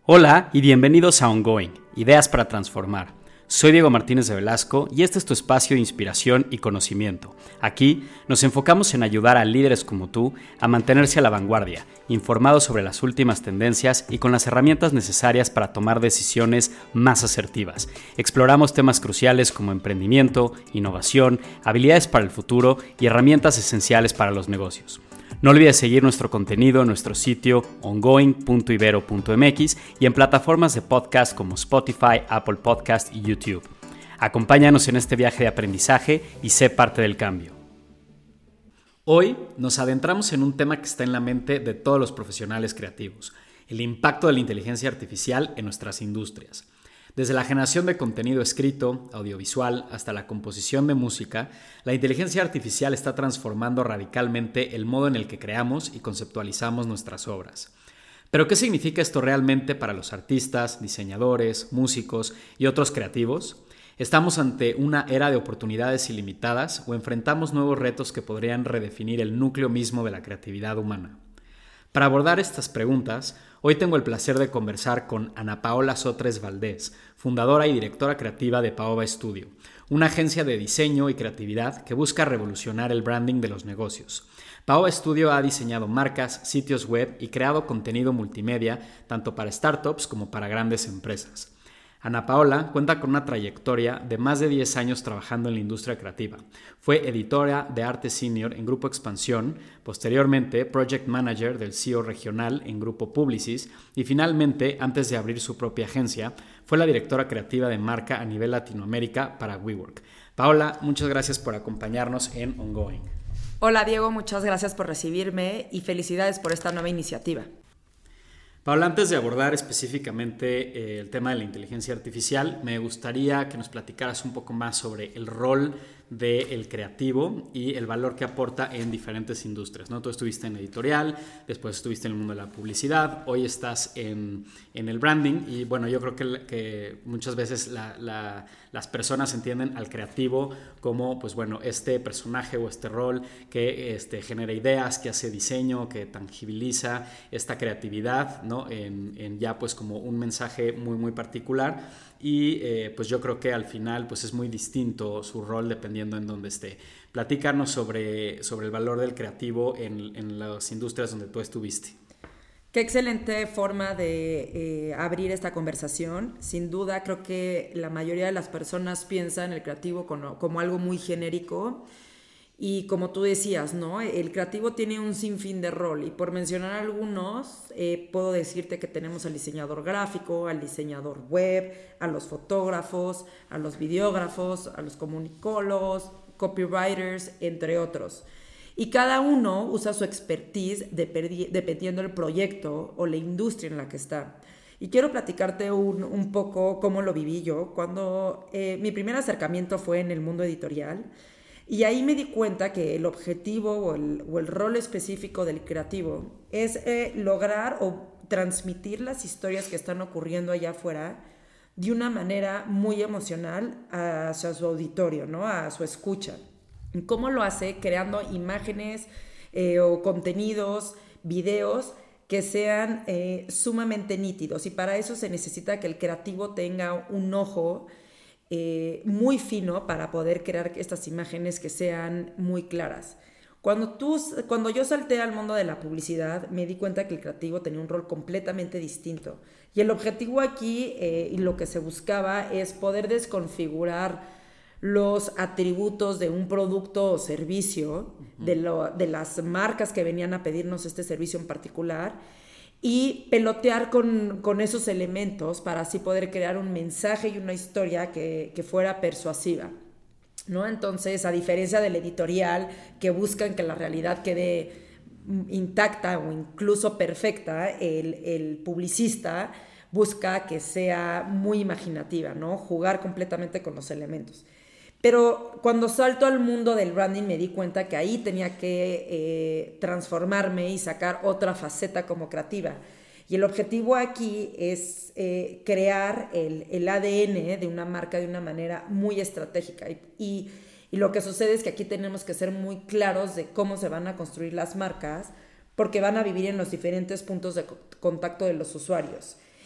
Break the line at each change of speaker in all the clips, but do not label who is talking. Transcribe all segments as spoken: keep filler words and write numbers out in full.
Hola y bienvenidos a Ongoing, Ideas para Transformar. Soy Diego Martínez de Velasco y este es tu espacio de inspiración y conocimiento. Aquí nos enfocamos en ayudar a líderes como tú a mantenerse a la vanguardia, informados sobre las últimas tendencias y con las herramientas necesarias para tomar decisiones más asertivas. Exploramos temas cruciales como emprendimiento, innovación, habilidades para el futuro y herramientas esenciales para los negocios. No olvides seguir nuestro contenido en nuestro sitio ongoing punto ibero punto m x y en plataformas de podcast como Spotify, Apple Podcast y YouTube. Acompáñanos en este viaje de aprendizaje y sé parte del cambio. Hoy nos adentramos en un tema que está en la mente de todos los profesionales creativos: el impacto de la inteligencia artificial en nuestras industrias. Desde la generación de contenido escrito, audiovisual, hasta la composición de música, la inteligencia artificial está transformando radicalmente el modo en el que creamos y conceptualizamos nuestras obras. ¿Pero qué significa esto realmente para los artistas, diseñadores, músicos y otros creativos? ¿Estamos ante una era de oportunidades ilimitadas o enfrentamos nuevos retos que podrían redefinir el núcleo mismo de la creatividad humana? Para abordar estas preguntas, hoy tengo el placer de conversar con Ana Paola Sotres Valdés, fundadora y directora creativa de Paoba Studio, una agencia de diseño y creatividad que busca revolucionar el branding de los negocios. Paoba Studio ha diseñado marcas, sitios web y creado contenido multimedia tanto para startups como para grandes empresas. Ana Paola cuenta con una trayectoria de más de diez años trabajando en la industria creativa. Fue editora de arte senior en Grupo Expansión, posteriormente Project Manager del C E O regional en Grupo Publicis y finalmente, antes de abrir su propia agencia, fue la directora creativa de marca a nivel Latinoamérica para WeWork. Paola, muchas gracias por acompañarnos en Ongoing.
Hola Diego, muchas gracias por recibirme y felicidades por esta nueva iniciativa.
Paola, antes de abordar específicamente eh, el tema de la inteligencia artificial, me gustaría que nos platicaras un poco más sobre el rol del creativo y el valor que aporta en diferentes industrias, ¿no? Tú estuviste en editorial, después estuviste en el mundo de la publicidad, hoy estás en, en el branding y bueno, yo creo que, que muchas veces la, la, las personas entienden al creativo como, pues bueno, este personaje o este rol que este, genera ideas, que hace diseño, que tangibiliza esta creatividad, ¿no? En, en ya pues como un mensaje muy muy particular y eh, pues yo creo que al final pues es muy distinto su rol dependiendo en dónde esté. Platícanos sobre, sobre el valor del creativo en, en las industrias donde tú estuviste.
Qué excelente forma de eh, abrir esta conversación. Sin duda creo que la mayoría de las personas piensan el creativo como, como algo muy genérico. Y como tú decías, ¿no? El creativo tiene un sinfín de rol y por mencionar algunos, eh, puedo decirte que tenemos al diseñador gráfico, al diseñador web, a los fotógrafos, a los videógrafos, a los comunicólogos, copywriters, entre otros. Y cada uno usa su expertise dependiendo del proyecto o la industria en la que está. Y quiero platicarte un, un poco cómo lo viví yo cuando eh, mi primer acercamiento fue en el mundo editorial. Y ahí me di cuenta que el objetivo o el, o el rol específico del creativo es eh, lograr o transmitir las historias que están ocurriendo allá afuera de una manera muy emocional hacia su auditorio, ¿no? A su escucha. ¿Cómo lo hace? Creando imágenes eh, o contenidos, videos que sean eh, sumamente nítidos. Y para eso se necesita que el creativo tenga un ojo Eh, muy fino para poder crear estas imágenes que sean muy claras. Cuando, tú, cuando yo salté al mundo de la publicidad, me di cuenta que el creativo tenía un rol completamente distinto. Y el objetivo aquí eh, y lo que se buscaba es poder desconfigurar los atributos de un producto o servicio, uh-huh. de, lo, de las marcas que venían a pedirnos este servicio en particular, y pelotear con, con esos elementos para así poder crear un mensaje y una historia que, que fuera persuasiva, ¿no? Entonces, a diferencia del editorial, que buscan que la realidad quede intacta o incluso perfecta, el, el publicista busca que sea muy imaginativa, ¿no? Jugar completamente con los elementos. Pero cuando salto al mundo del branding me di cuenta que ahí tenía que eh, transformarme y sacar otra faceta como creativa. Y el objetivo aquí es eh, crear el, el A D N de una marca de una manera muy estratégica. Y, y, y lo que sucede es que aquí tenemos que ser muy claros de cómo se van a construir las marcas, porque van a vivir en los diferentes puntos de contacto de los usuarios.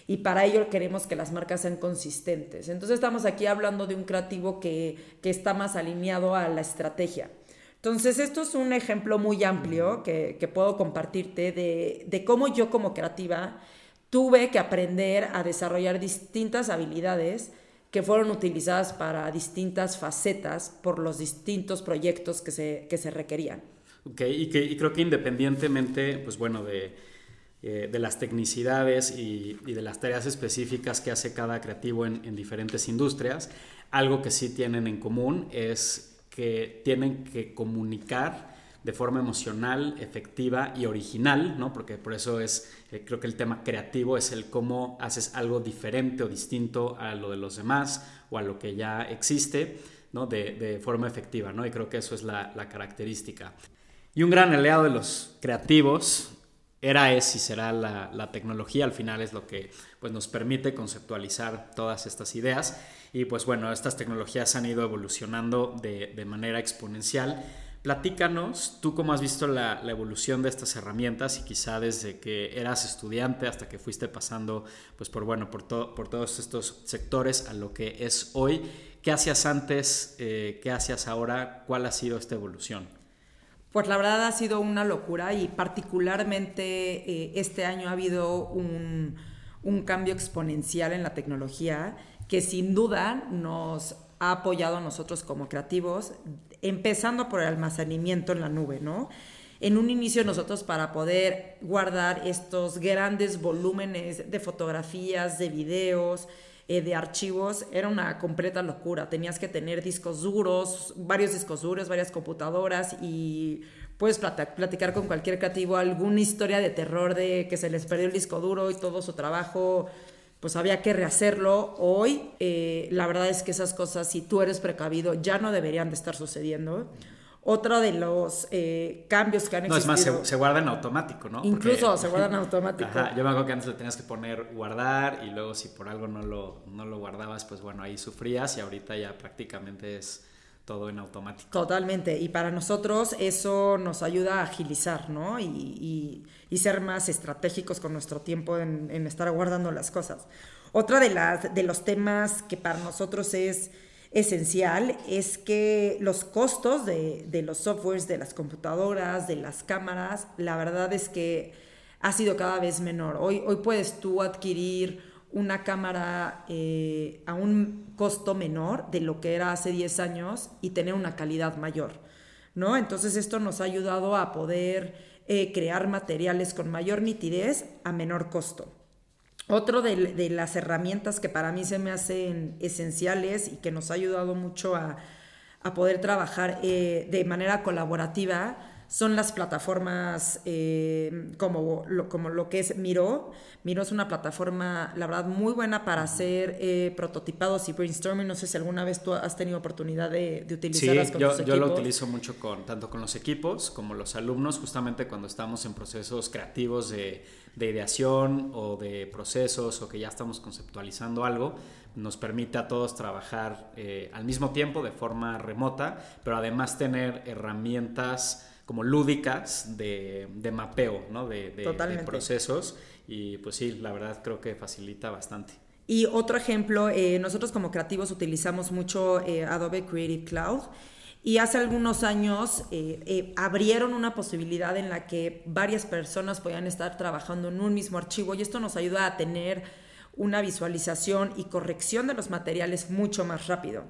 y para ello queremos que las marcas sean consistentes. Entonces estamos aquí hablando de un creativo que, que está más alineado a la estrategia. Entonces esto es un ejemplo muy amplio que, que puedo compartirte de, de cómo yo como creativa tuve que aprender a desarrollar distintas habilidades que fueron utilizadas para distintas facetas por los distintos proyectos que se, que se requerían.
Ok, y, que, y creo que independientemente, pues bueno, de, eh, de las tecnicidades y, y de las tareas específicas que hace cada creativo en, en diferentes industrias, algo que sí tienen en común es que tienen que comunicar de forma emocional, efectiva y original, ¿no? Porque por eso es, eh, creo que el tema creativo es el cómo haces algo diferente o distinto a lo de los demás o a lo que ya existe, ¿no? De, de forma efectiva, ¿no? Y creo que eso es la, la característica. Y un gran aliado de los creativos era, es y será la, la tecnología. Al final es lo que pues, nos permite conceptualizar todas estas ideas. Y pues bueno, estas tecnologías han ido evolucionando de, de manera exponencial. Platícanos, tú cómo has visto la, la evolución de estas herramientas y quizá desde que eras estudiante hasta que fuiste pasando pues por, bueno, por, to, por todos estos sectores a lo que es hoy. ¿Qué hacías antes? Eh, ¿Qué hacías ahora? ¿Cuál ha sido esta evolución?
Pues la verdad ha sido una locura y particularmente eh, este año ha habido un, un cambio exponencial en la tecnología que sin duda nos ha apoyado a nosotros como creativos, empezando por el almacenamiento en la nube, ¿no? En un inicio nosotros para poder guardar estos grandes volúmenes de fotografías, de videos, eh, de archivos, era una completa locura. Tenías que tener discos duros, varios discos duros, varias computadoras y puedes plat- platicar con cualquier creativo alguna historia de terror de que se les perdió el disco duro y todo su trabajo pues había que rehacerlo. Hoy eh, la verdad es que esas cosas, si tú eres precavido, ya no deberían de estar sucediendo. Otro de los eh, cambios que han existido...
No, es más, se, se guarda en automático, ¿no?
Incluso
Porque,
se guardan en automático.
Ajá, yo me acuerdo que antes le tenías que poner guardar y luego si por algo no lo, no lo guardabas, pues bueno, ahí sufrías y ahorita ya prácticamente es todo en automático.
Totalmente, y para nosotros eso nos ayuda a agilizar, ¿no? Y, y, y ser más estratégicos con nuestro tiempo en, en estar guardando las cosas. Otra de, las, de los temas que para nosotros es esencial es que los costos de, de los softwares, de las computadoras, de las cámaras, la verdad es que ha sido cada vez menor. Hoy, hoy puedes tú adquirir una cámara eh, a un costo menor de lo que era hace diez años y tener una calidad mayor, ¿no? Entonces esto nos ha ayudado a poder eh, crear materiales con mayor nitidez a menor costo. Otro de, de las herramientas que para mí se me hacen esenciales y que nos ha ayudado mucho a, a poder trabajar eh, de manera colaborativa son las plataformas eh, como, lo, como lo que es Miro. Miro es una plataforma, la verdad, muy buena para hacer eh, prototipados y brainstorming. No sé si alguna vez tú has tenido oportunidad de, de utilizarlas
sí,
con
yo,
tus equipos.
Sí, yo lo utilizo mucho con, tanto con los equipos como los alumnos, justamente cuando estamos en procesos creativos de, de ideación o de procesos o que ya estamos conceptualizando algo. Nos permite a todos trabajar eh, al mismo tiempo de forma remota, pero además tener herramientas como lúdicas de, de mapeo, ¿no? de, de, de procesos y pues sí, la verdad creo que facilita bastante.
Y otro ejemplo, eh, nosotros como creativos utilizamos mucho eh, Adobe Creative Cloud y hace algunos años eh, eh, abrieron una posibilidad en la que varias personas podían estar trabajando en un mismo archivo y esto nos ayuda a tener una visualización y corrección de los materiales mucho más rápido.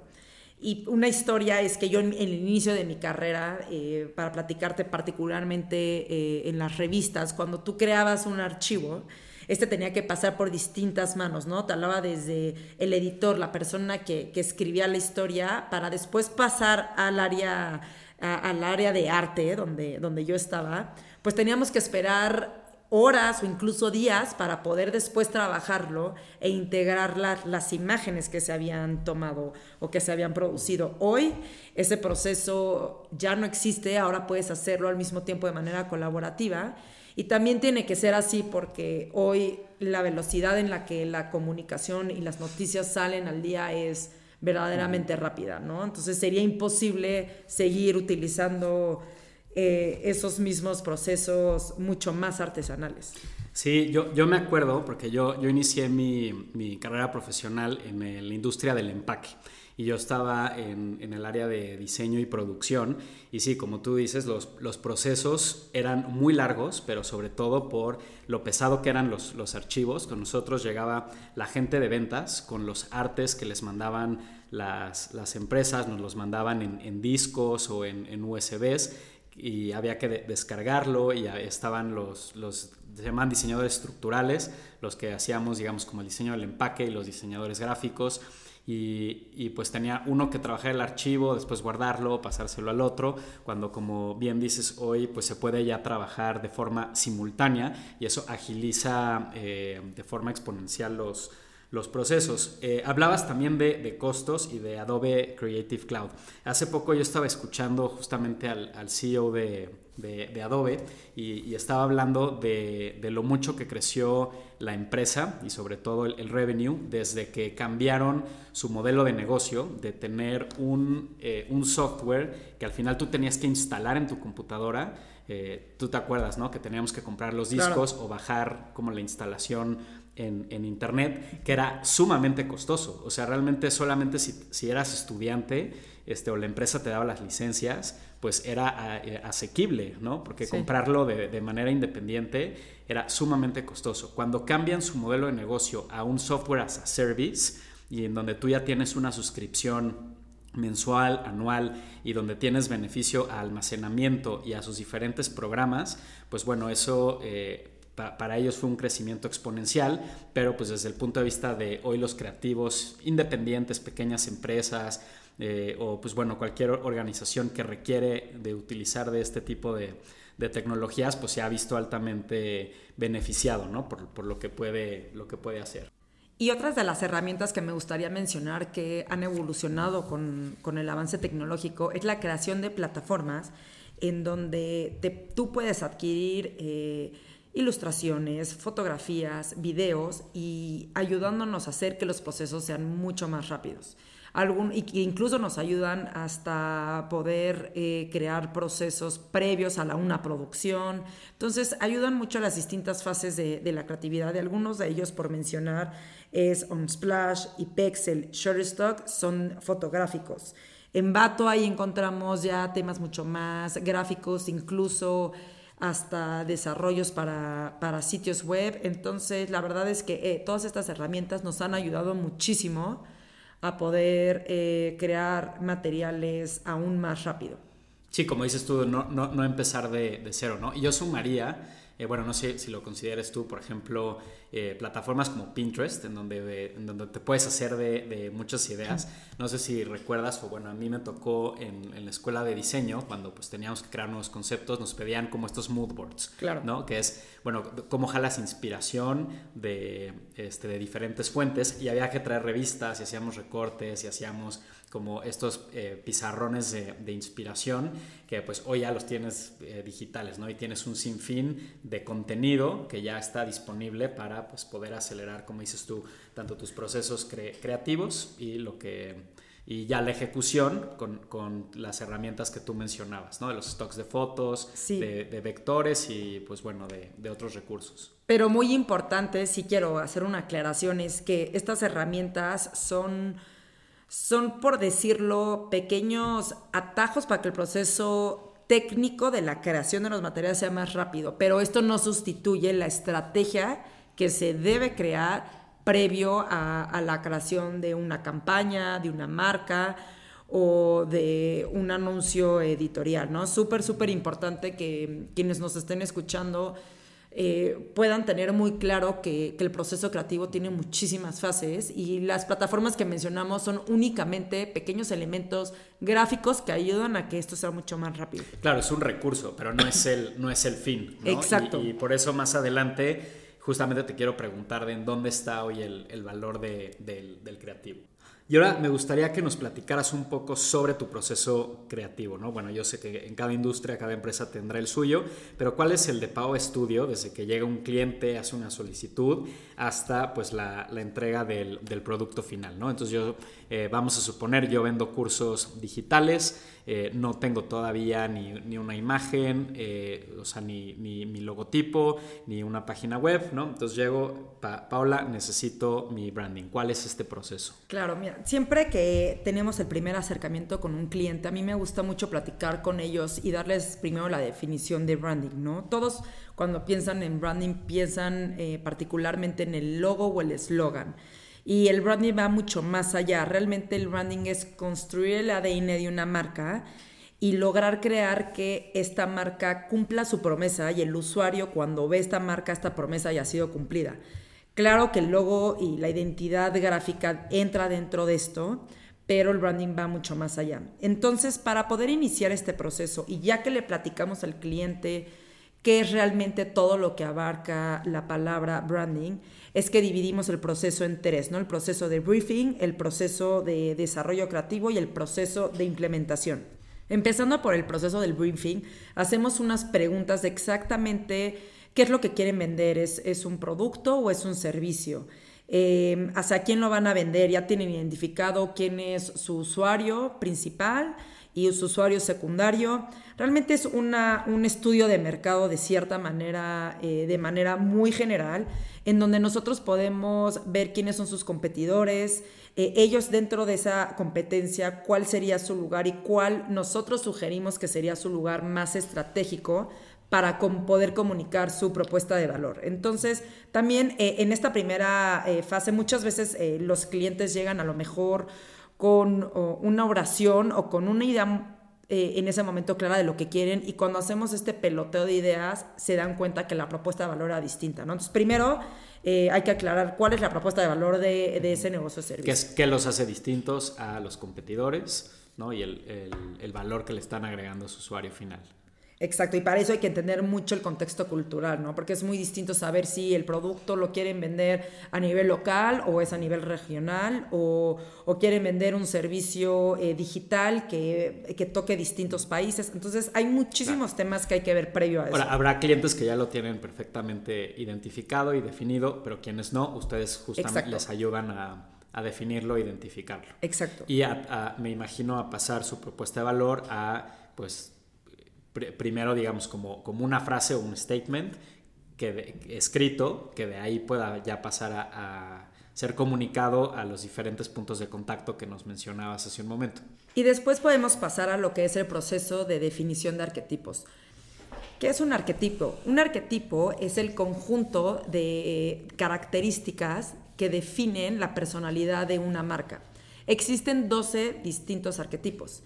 Y una historia es que yo en, en el inicio de mi carrera, eh, para platicarte particularmente eh, en las revistas, cuando tú creabas un archivo, este tenía que pasar por distintas manos, ¿no? Te hablaba desde el editor, la persona que, que escribía la historia, para después pasar al área, a, al área de arte, donde, donde yo estaba, pues teníamos que esperar horas o incluso días para poder después trabajarlo e integrar la, las imágenes que se habían tomado o que se habían producido. Hoy ese proceso ya no existe, ahora puedes hacerlo al mismo tiempo de manera colaborativa y también tiene que ser así porque hoy la velocidad en la que la comunicación y las noticias salen al día es verdaderamente rápida, ¿no? Entonces sería imposible seguir utilizando Eh, esos mismos procesos mucho más artesanales.
Sí, yo, yo me acuerdo porque yo, yo inicié mi, mi carrera profesional en el- la industria del empaque y yo estaba en, en el área de diseño y producción y sí, como tú dices, los, los procesos eran muy largos, pero sobre todo por lo pesado que eran los, los archivos. Con nosotros llegaba la gente de ventas con los artes que les mandaban las, las empresas, nos los mandaban en, en discos o en, en U S Bs y había que de- descargarlo y estaban los, los se llaman diseñadores estructurales, los que hacíamos, digamos, como el diseño del empaque y los diseñadores gráficos. Y, y pues tenía uno que trabajar el archivo, después guardarlo, pasárselo al otro, cuando como bien dices hoy, pues se puede ya trabajar de forma simultánea y eso agiliza eh, de forma exponencial los, los procesos. Eh, hablabas también de, de costos y de Adobe Creative Cloud. Hace poco yo estaba escuchando justamente al, al C E O de, de, de Adobe y, y estaba hablando de, de lo mucho que creció la empresa y sobre todo el, el revenue desde que cambiaron su modelo de negocio de tener un, eh, un software que al final tú tenías que instalar en tu computadora. Eh, tú te acuerdas, ¿no? Que teníamos que comprar los discos, claro, o bajar como la instalación en, en internet, que era sumamente costoso. O sea, realmente solamente si, si eras estudiante este, o la empresa te daba las licencias, pues era eh, asequible, ¿no? Porque sí, comprarlo de, de manera independiente era sumamente costoso. Cuando cambian su modelo de negocio a un software as a service y en donde tú ya tienes una suscripción mensual, anual y donde tienes beneficio a almacenamiento y a sus diferentes programas, pues bueno, eso eh, pa para ellos fue un crecimiento exponencial, pero pues desde el punto de vista de hoy los creativos independientes, pequeñas empresas eh, o pues bueno, cualquier organización que requiere de utilizar de este tipo de, de tecnologías, pues se ha visto altamente beneficiado, ¿no? Por, por lo que puede, lo que puede hacer.
Y otras de las herramientas que me gustaría mencionar que han evolucionado con, con el avance tecnológico es la creación de plataformas en donde te, tú puedes adquirir eh, ilustraciones, fotografías, videos y ayudándonos a hacer que los procesos sean mucho más rápidos. Algún, y que incluso nos ayudan hasta poder eh, crear procesos previos a la, una producción. Entonces ayudan mucho a las distintas fases de, de la creatividad. De algunos de ellos, por mencionar, es Unsplash y Pexel. Shutterstock son fotográficos. En Bato ahí encontramos ya temas mucho más gráficos, incluso hasta desarrollos para, para sitios web. Entonces la verdad es que eh, todas estas herramientas nos han ayudado muchísimo a poder eh, crear materiales aún más rápido.
Sí, como dices tú, no, no, no empezar de, de cero, ¿no? Y yo sumaría, eh, bueno, no sé si lo consideres tú, por ejemplo, eh, plataformas como Pinterest, en donde, de, en donde te puedes hacer de, de muchas ideas. No sé si recuerdas, o bueno, a mí me tocó en, en la escuela de diseño, cuando pues teníamos que crear nuevos conceptos, nos pedían como estos mood boards,
claro,
¿no? Que es, bueno, cómo jalas inspiración de, este, de diferentes fuentes, y había que traer revistas y hacíamos recortes y hacíamos como estos eh, pizarrones de, de inspiración que pues hoy ya los tienes eh, digitales, ¿no? Y tienes un sinfín de contenido que ya está disponible para pues poder acelerar, como dices tú, tanto tus procesos cre creativos y lo que y ya la ejecución con, con las herramientas que tú mencionabas, ¿no? De los stocks de fotos, sí, de, de vectores y pues bueno, de, de otros recursos.
Pero muy importante, si quiero hacer una aclaración, es que estas herramientas son... Son, por decirlo, pequeños atajos para que el proceso técnico de la creación de los materiales sea más rápido, pero esto no sustituye la estrategia que se debe crear previo a, a la creación de una campaña, de una marca o de un anuncio editorial, ¿no? Súper, súper importante que quienes nos estén escuchando Eh, puedan tener muy claro que, que el proceso creativo tiene muchísimas fases y las plataformas que mencionamos son únicamente pequeños elementos gráficos que ayudan a que esto sea mucho más rápido.
Claro, es un recurso, pero no es el, no es el fin, ¿no?
Exacto.
Y, y por eso más adelante justamente te quiero preguntar de en dónde está hoy el, el valor de, del, del creativo. Y ahora me gustaría que nos platicaras un poco sobre tu proceso creativo, ¿no? Bueno, yo sé que en cada industria, cada empresa tendrá el suyo, pero ¿cuál es el de Pao Studio desde que llega un cliente, hace una solicitud, hasta pues la, la entrega del, del producto final, ¿no? Entonces yo, eh, vamos a suponer, yo vendo cursos digitales, eh, no tengo todavía ni, ni una imagen, eh, o sea, ni, ni mi logotipo, ni una página web, ¿no? Entonces llego, pa, Paola, necesito mi branding. ¿Cuál es este proceso?
Claro, mira, siempre que tenemos el primer acercamiento con un cliente, a mí me gusta mucho platicar con ellos y darles primero la definición de branding, ¿no? Todos cuando piensan en branding piensan eh, particularmente en el logo o el eslogan. Y el branding va mucho más allá. Realmente el branding es construir el A D N de una marca y lograr crear que esta marca cumpla su promesa y el usuario cuando ve esta marca, esta promesa haya sido cumplida. Claro que el logo y la identidad gráfica entra dentro de esto, pero el branding va mucho más allá. Entonces, para poder iniciar este proceso y ya que le platicamos al cliente qué es realmente todo lo que abarca la palabra branding, es que dividimos el proceso en tres, ¿no? El proceso de briefing, el proceso de desarrollo creativo y el proceso de implementación. Empezando por el proceso del briefing, hacemos unas preguntas de exactamente qué es lo que quieren vender. ¿Es, es un producto o es un servicio? Eh, ¿Hacia quién lo van a vender? Ya tienen identificado quién es su usuario principal y su usuario secundario. Realmente es una, un estudio de mercado de cierta manera, eh, de manera muy general, en donde nosotros podemos ver quiénes son sus competidores, eh, ellos dentro de esa competencia, cuál sería su lugar y cuál nosotros sugerimos que sería su lugar más estratégico para com- poder comunicar su propuesta de valor. Entonces, también eh, en esta primera eh, fase, muchas veces eh, los clientes llegan a lo mejor con oh, una oración o con una idea eh, en ese momento clara de lo que quieren, y cuando hacemos este peloteo de ideas se dan cuenta que la propuesta de valor era distinta, ¿no? Entonces, primero eh, hay que aclarar cuál es la propuesta de valor de, de ese negocio o servicio.
¿Qué, es, ¿Qué los hace distintos a los competidores, ¿no? Y el, el, el valor que le están agregando a su usuario final.
Exacto, y para eso hay que entender mucho el contexto cultural, ¿no? Porque es muy distinto saber si el producto lo quieren vender a nivel local o es a nivel regional, o, o quieren vender un servicio eh, digital que, que toque distintos países. Entonces hay muchísimos claro. temas que hay que ver previo a eso.
Ahora, habrá clientes que ya lo tienen perfectamente identificado y definido, pero quienes no, ustedes justamente Exacto. les ayudan a... a definirlo, identificarlo.
Exacto.
Y a, a, me imagino a pasar su propuesta de valor a, pues, pr- primero, digamos, como, como una frase o un statement que de, escrito, que de ahí pueda ya pasar a, a ser comunicado a los diferentes puntos de contacto que nos mencionabas hace un momento.
Y después podemos pasar a lo que es el proceso de definición de arquetipos. ¿Qué es un arquetipo? Un arquetipo es el conjunto de características que definen la personalidad de una marca. Existen doce distintos arquetipos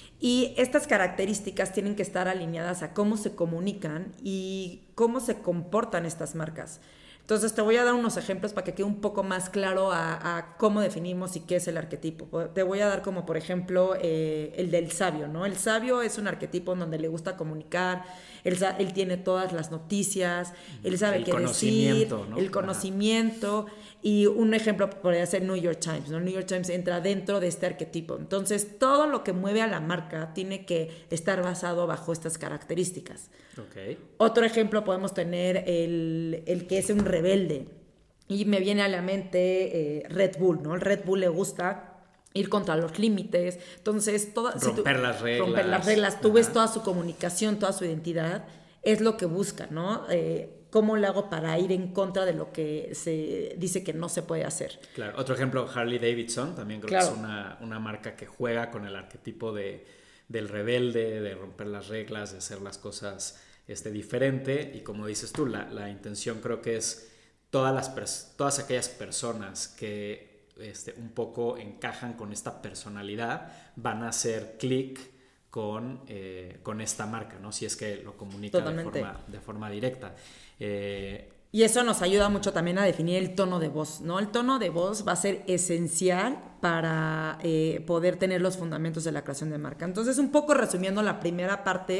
y estas características tienen que estar alineadas a cómo se comunican y cómo se comportan estas marcas. Entonces te voy a dar unos ejemplos para que quede un poco más claro a, a cómo definimos y qué es el arquetipo. Te voy a dar como por ejemplo eh, el del sabio, ¿no? El sabio es un arquetipo en donde le gusta comunicar, él, él tiene todas las noticias, él sabe
el
qué decir, ¿no? El conocimiento. Ajá. Y un ejemplo podría ser New York Times, ¿no? New York Times entra dentro de este arquetipo. Entonces, todo lo que mueve a la marca tiene que estar basado bajo estas características.
Okay.
Otro ejemplo podemos tener el, el que es un rebelde. Y me viene a la mente eh, Red Bull, ¿no? El Red Bull le gusta ir contra los límites. Entonces, toda,
romper
si tú,
las reglas.
Romper las reglas. Tú
Ajá.
ves toda su comunicación, toda su identidad. Es lo que busca, ¿no? Eh, ¿Cómo le hago para ir en contra de lo que se dice que no se puede hacer?
Claro. Otro ejemplo, Harley Davidson, también creo
claro.
que es una, una marca que juega con el arquetipo de, del rebelde, de romper las reglas, de hacer las cosas este, diferente. Y como dices tú, la, la intención creo que es todas, las, todas aquellas personas que este, un poco encajan con esta personalidad van a hacer clic con, eh, con esta marca, ¿no? Si es que lo comunica de forma, de forma directa. Eh,
y eso nos ayuda mucho también a definir el tono de voz, ¿no? El tono de voz va a ser esencial para eh, poder tener los fundamentos de la creación de marca. Entonces, un poco resumiendo la primera parte,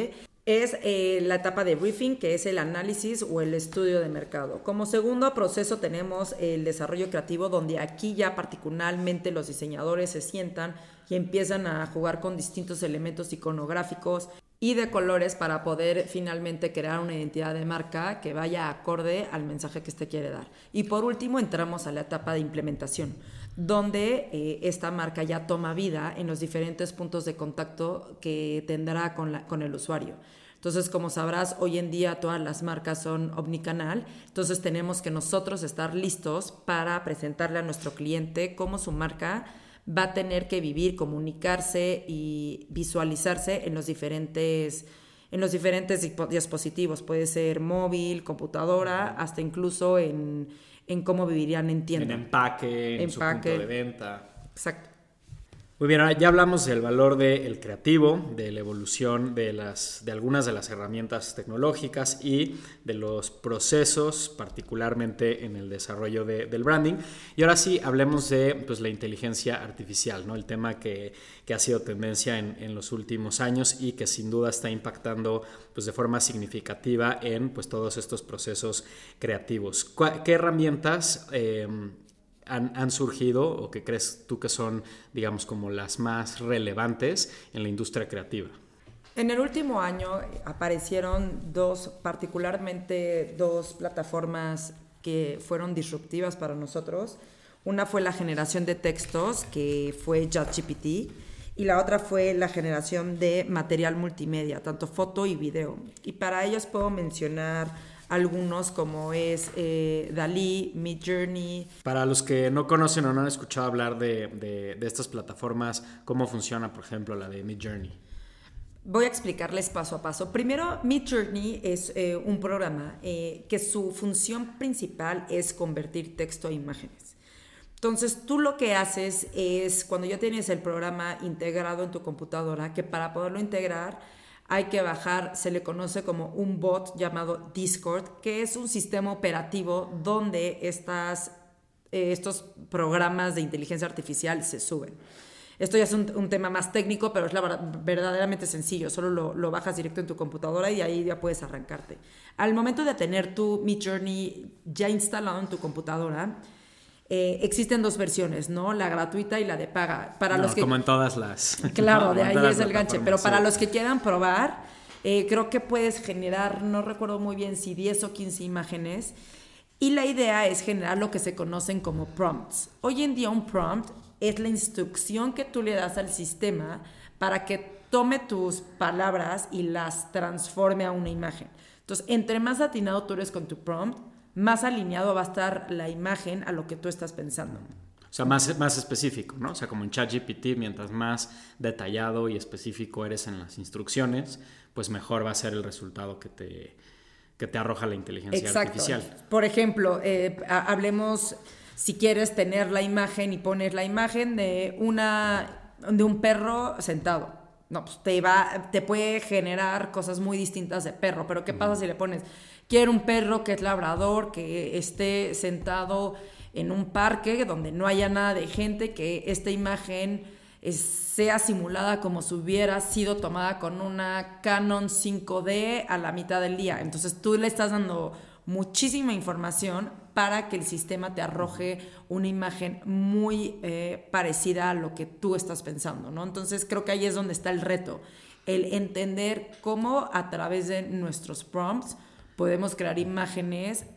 es eh, la etapa de briefing, que es el análisis o el estudio de mercado. Como segundo proceso tenemos el desarrollo creativo, donde aquí ya particularmente los diseñadores se sientan y empiezan a jugar con distintos elementos iconográficos y de colores para poder finalmente crear una identidad de marca que vaya acorde al mensaje que usted quiere dar. Y por último entramos a la etapa de implementación, donde eh, esta marca ya toma vida en los diferentes puntos de contacto que tendrá con, la, con el usuario. Entonces, como sabrás, hoy en día todas las marcas son omnicanal, entonces tenemos que nosotros estar listos para presentarle a nuestro cliente cómo su marca va a tener que vivir, comunicarse y visualizarse en los diferentes, en los diferentes dispositivos. Puede ser móvil, computadora, hasta incluso en, en cómo vivirían en tienda.
En empaque, en
empaque.
Su punto de venta.
Exacto.
Muy bien, ahora ya hablamos del valor del creativo, de la evolución de, las, de algunas de las herramientas tecnológicas y de los procesos, particularmente en el desarrollo de, del branding. Y ahora sí, hablemos de pues, la inteligencia artificial, ¿no? El tema que, que ha sido tendencia en, en los últimos años y que sin duda está impactando pues, de forma significativa en pues, todos estos procesos creativos. ¿Qué herramientas eh, Han, han surgido o que crees tú que son, digamos, como las más relevantes en la industria creativa?
En el último año aparecieron dos, particularmente dos plataformas que fueron disruptivas para nosotros. Una fue la generación de textos, que fue ChatGPT, y la otra fue la generación de material multimedia, tanto foto y video. Y para ellos puedo mencionar algunos como es eh, Dalí, Midjourney.
Para los que no conocen o no han escuchado hablar de, de, de estas plataformas, ¿cómo funciona, por ejemplo, la de Midjourney?
Voy a explicarles paso a paso. Primero, Midjourney es eh, un programa eh, que su función principal es convertir texto a imágenes. Entonces, tú lo que haces es, cuando ya tienes el programa integrado en tu computadora, que para poderlo integrar hay que bajar, se le conoce como un bot llamado Discord, que es un sistema operativo donde estas, eh, estos programas de inteligencia artificial se suben. Esto ya es un, un tema más técnico, pero es la, verdaderamente sencillo. Solo lo, lo bajas directo en tu computadora y ahí ya puedes arrancarte. Al momento de tener tu Midjourney ya instalado en tu computadora, Eh, existen dos versiones, ¿no? La gratuita y la de paga. Para
no,
los que,
como en todas las...
Claro,
no,
de ahí es el ganche. Pero
sí.
Para los que quieran probar, eh, creo que puedes generar, no recuerdo muy bien si diez o quince imágenes. Y la idea es generar lo que se conocen como prompts. Hoy en día un prompt es la instrucción que tú le das al sistema para que tome tus palabras y las transforme a una imagen. Entonces, entre más atinado tú eres con tu prompt, más alineado va a estar la imagen a lo que tú estás pensando.
O sea, más, más específico, ¿no? O sea, como en ChatGPT, mientras más detallado y específico eres en las instrucciones, pues mejor va a ser el resultado que te, que te arroja la inteligencia
Exacto.
artificial.
Por ejemplo, eh, hablemos, si quieres tener la imagen y pones la imagen de, una, de un perro sentado. No, pues te, va, te puede generar cosas muy distintas de perro, pero ¿qué pasa mm. si le pones... Quiero un perro que es labrador, que esté sentado en un parque donde no haya nada de gente, que esta imagen es, sea simulada como si hubiera sido tomada con una Canon cinco D a la mitad del día? Entonces tú le estás dando muchísima información para que el sistema te arroje una imagen muy eh, parecida a lo que tú estás pensando, ¿no? Entonces creo que ahí es donde está el reto, el entender cómo a través de nuestros prompts podemos crear imágenes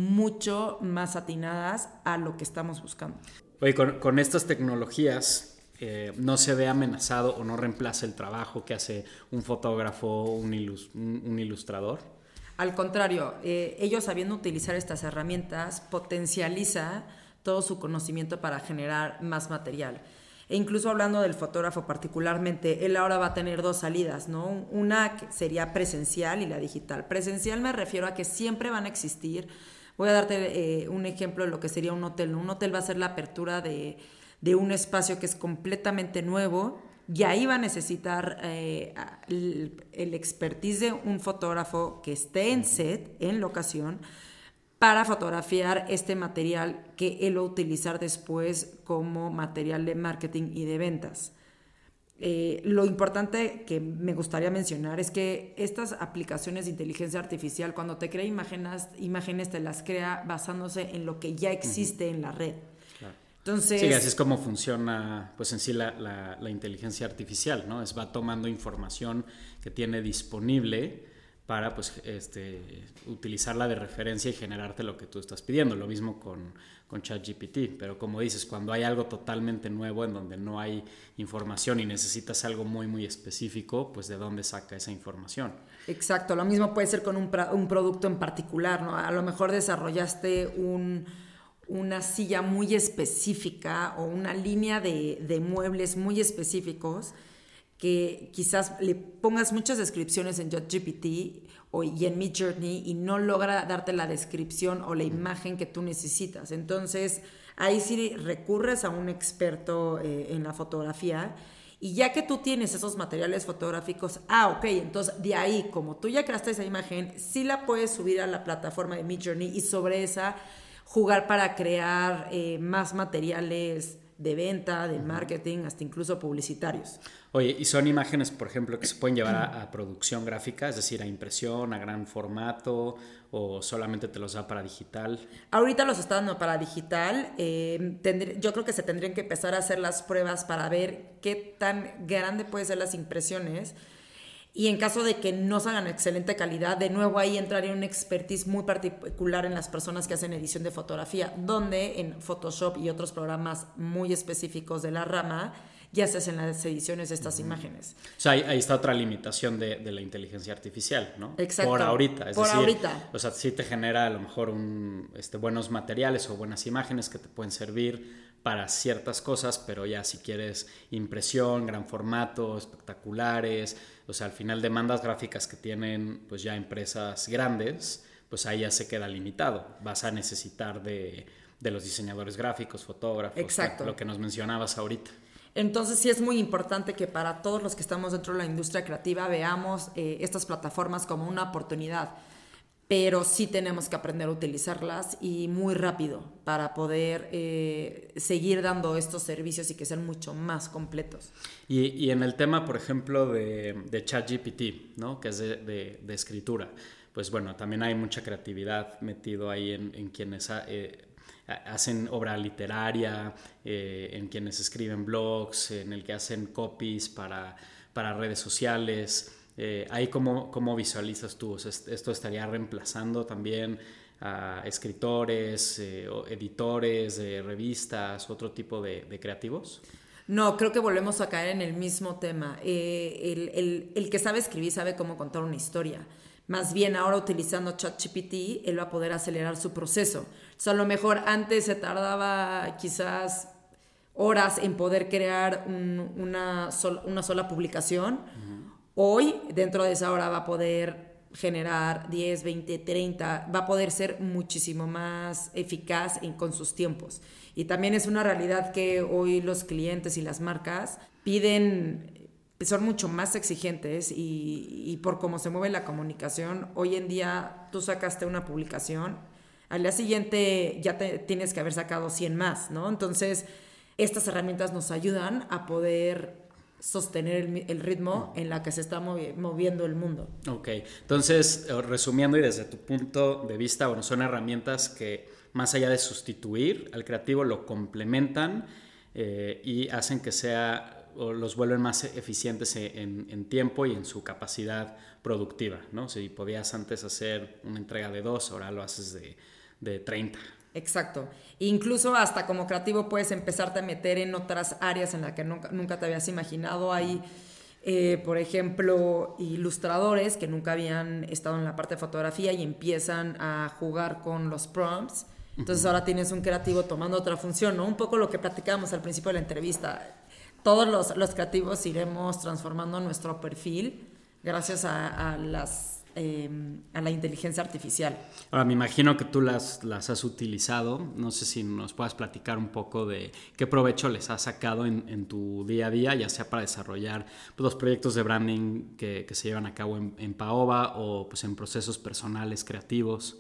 mucho más atinadas a lo que estamos buscando.
Oye, con, con estas tecnologías eh, no se ve amenazado o no reemplaza el trabajo que hace un fotógrafo, un, ilus, un, un ilustrador.
Al contrario, eh, ellos sabiendo utilizar estas herramientas potencializa todo su conocimiento para generar más material. E incluso hablando del fotógrafo particularmente, él ahora va a tener dos salidas, ¿no? Una que sería presencial y la digital. Presencial me refiero a que siempre van a existir. Voy a darte eh, un ejemplo de lo que sería un hotel. Un hotel va a ser la apertura de, de un espacio que es completamente nuevo y ahí va a necesitar eh, el, el expertise de un fotógrafo que esté en set, en locación, para fotografiar este material que él va a utilizar después como material de marketing y de ventas. Eh, lo importante que me gustaría mencionar es que estas aplicaciones de inteligencia artificial, cuando te crea imágenes, imágenes te las crea basándose en lo que ya existe uh-huh. en la red.
Claro.
Entonces,
sí, así es como funciona pues en sí la, la, la inteligencia artificial, ¿no? Es va tomando información que tiene disponible para pues este, utilizarla de referencia y generarte lo que tú estás pidiendo. Lo mismo con, con ChatGPT, pero como dices, cuando hay algo totalmente nuevo en donde no hay información y necesitas algo muy muy específico, pues ¿de dónde saca esa información?
Exacto, lo mismo puede ser con un, un producto en particular, ¿no? A lo mejor desarrollaste un, una silla muy específica o una línea de, de muebles muy específicos que quizás le pongas muchas descripciones en ChatGPT o, y en Midjourney y no logra darte la descripción o la imagen que tú necesitas. Entonces, ahí sí recurres a un experto eh, en la fotografía y ya que tú tienes esos materiales fotográficos, ah, ok, entonces de ahí, como tú ya creaste esa imagen, sí la puedes subir a la plataforma de Midjourney y sobre esa jugar para crear eh, más materiales de venta, de marketing, hasta incluso publicitarios.
Oye, ¿y son imágenes, por ejemplo, que se pueden llevar a, a producción gráfica, es decir, a impresión, a gran formato, o solamente te los da para digital?
Ahorita los está dando para digital. Eh, tendr- yo creo que se tendrían que empezar a hacer las pruebas para ver qué tan grande pueden ser las impresiones. Y en caso de que no salgan excelente calidad, de nuevo ahí entraría un expertise muy particular en las personas que hacen edición de fotografía, donde en Photoshop y otros programas muy específicos de la rama ya se hacen las ediciones de estas uh-huh. imágenes.
O sea, ahí, ahí está otra limitación de, de la inteligencia artificial, ¿no?
Exacto.
Por ahorita. Es
Por
decir,
ahorita.
O sea, sí te genera a lo mejor un, este, buenos materiales o buenas imágenes que te pueden servir para ciertas cosas, pero ya si quieres impresión, gran formato, espectaculares, o sea, al final demandas gráficas que tienen pues ya empresas grandes, pues ahí ya se queda limitado. Vas a necesitar de, de los diseñadores gráficos, fotógrafos,
exacto.
lo que nos mencionabas ahorita.
Entonces sí es muy importante que para todos los que estamos dentro de la industria creativa veamos eh, estas plataformas como una oportunidad, pero sí tenemos que aprender a utilizarlas y muy rápido para poder eh, seguir dando estos servicios y que sean mucho más completos.
Y, y en el tema, por ejemplo, de, de ChatGPT, ¿no? Que es de, de, de escritura, pues bueno, también hay mucha creatividad metido ahí en, en quienes eh, hacen obra literaria, eh, en quienes escriben blogs, en el que hacen copies para, para redes sociales. Eh, ahí cómo, cómo visualizas tú, o sea, esto estaría reemplazando también a escritores, eh, o editores de revistas, otro tipo de, de creativos.
No, creo que volvemos a caer en el mismo tema. Eh, el, el, el que sabe escribir sabe cómo contar una historia. Más bien ahora utilizando ChatGPT, él va a poder acelerar su proceso. O sea, a lo mejor antes se tardaba quizás horas en poder crear un, una, sol, una sola publicación. Uh-huh. Hoy, dentro de esa hora, va a poder generar diez, veinte, treinta, va a poder ser muchísimo más eficaz en, con sus tiempos. Y también es una realidad que hoy los clientes y las marcas piden, son mucho más exigentes y, y por cómo se mueve la comunicación, hoy en día tú sacaste una publicación, al día siguiente ya te, tienes que haber sacado cien más, ¿no? Entonces, estas herramientas nos ayudan a poder sostener el, el ritmo en la que se está movi- moviendo el mundo.
Ok, entonces, resumiendo y desde tu punto de vista, bueno, son herramientas que más allá de sustituir al creativo, lo complementan eh, y hacen que sea, o los vuelven más eficientes en, en tiempo y en su capacidad productiva, ¿no? Si podías antes hacer una entrega de dos, ahora lo haces de, de treinta.
Exacto. Incluso hasta como creativo puedes empezarte a meter en otras áreas en las que nunca, nunca te habías imaginado. Hay, eh, por ejemplo, ilustradores que nunca habían estado en la parte de fotografía y empiezan a jugar con los prompts. Entonces ahora tienes un creativo tomando otra función, ¿no? Un poco lo que platicábamos al principio de la entrevista. Todos los, los creativos iremos transformando nuestro perfil gracias a, a las... Eh, a la inteligencia artificial.
Ahora, me imagino que tú las, las has utilizado. No sé si nos puedas platicar un poco de qué provecho les has sacado en, en tu día a día, ya sea para desarrollar pues, los proyectos de branding que, que se llevan a cabo en, en Paoba o pues, en procesos personales, creativos.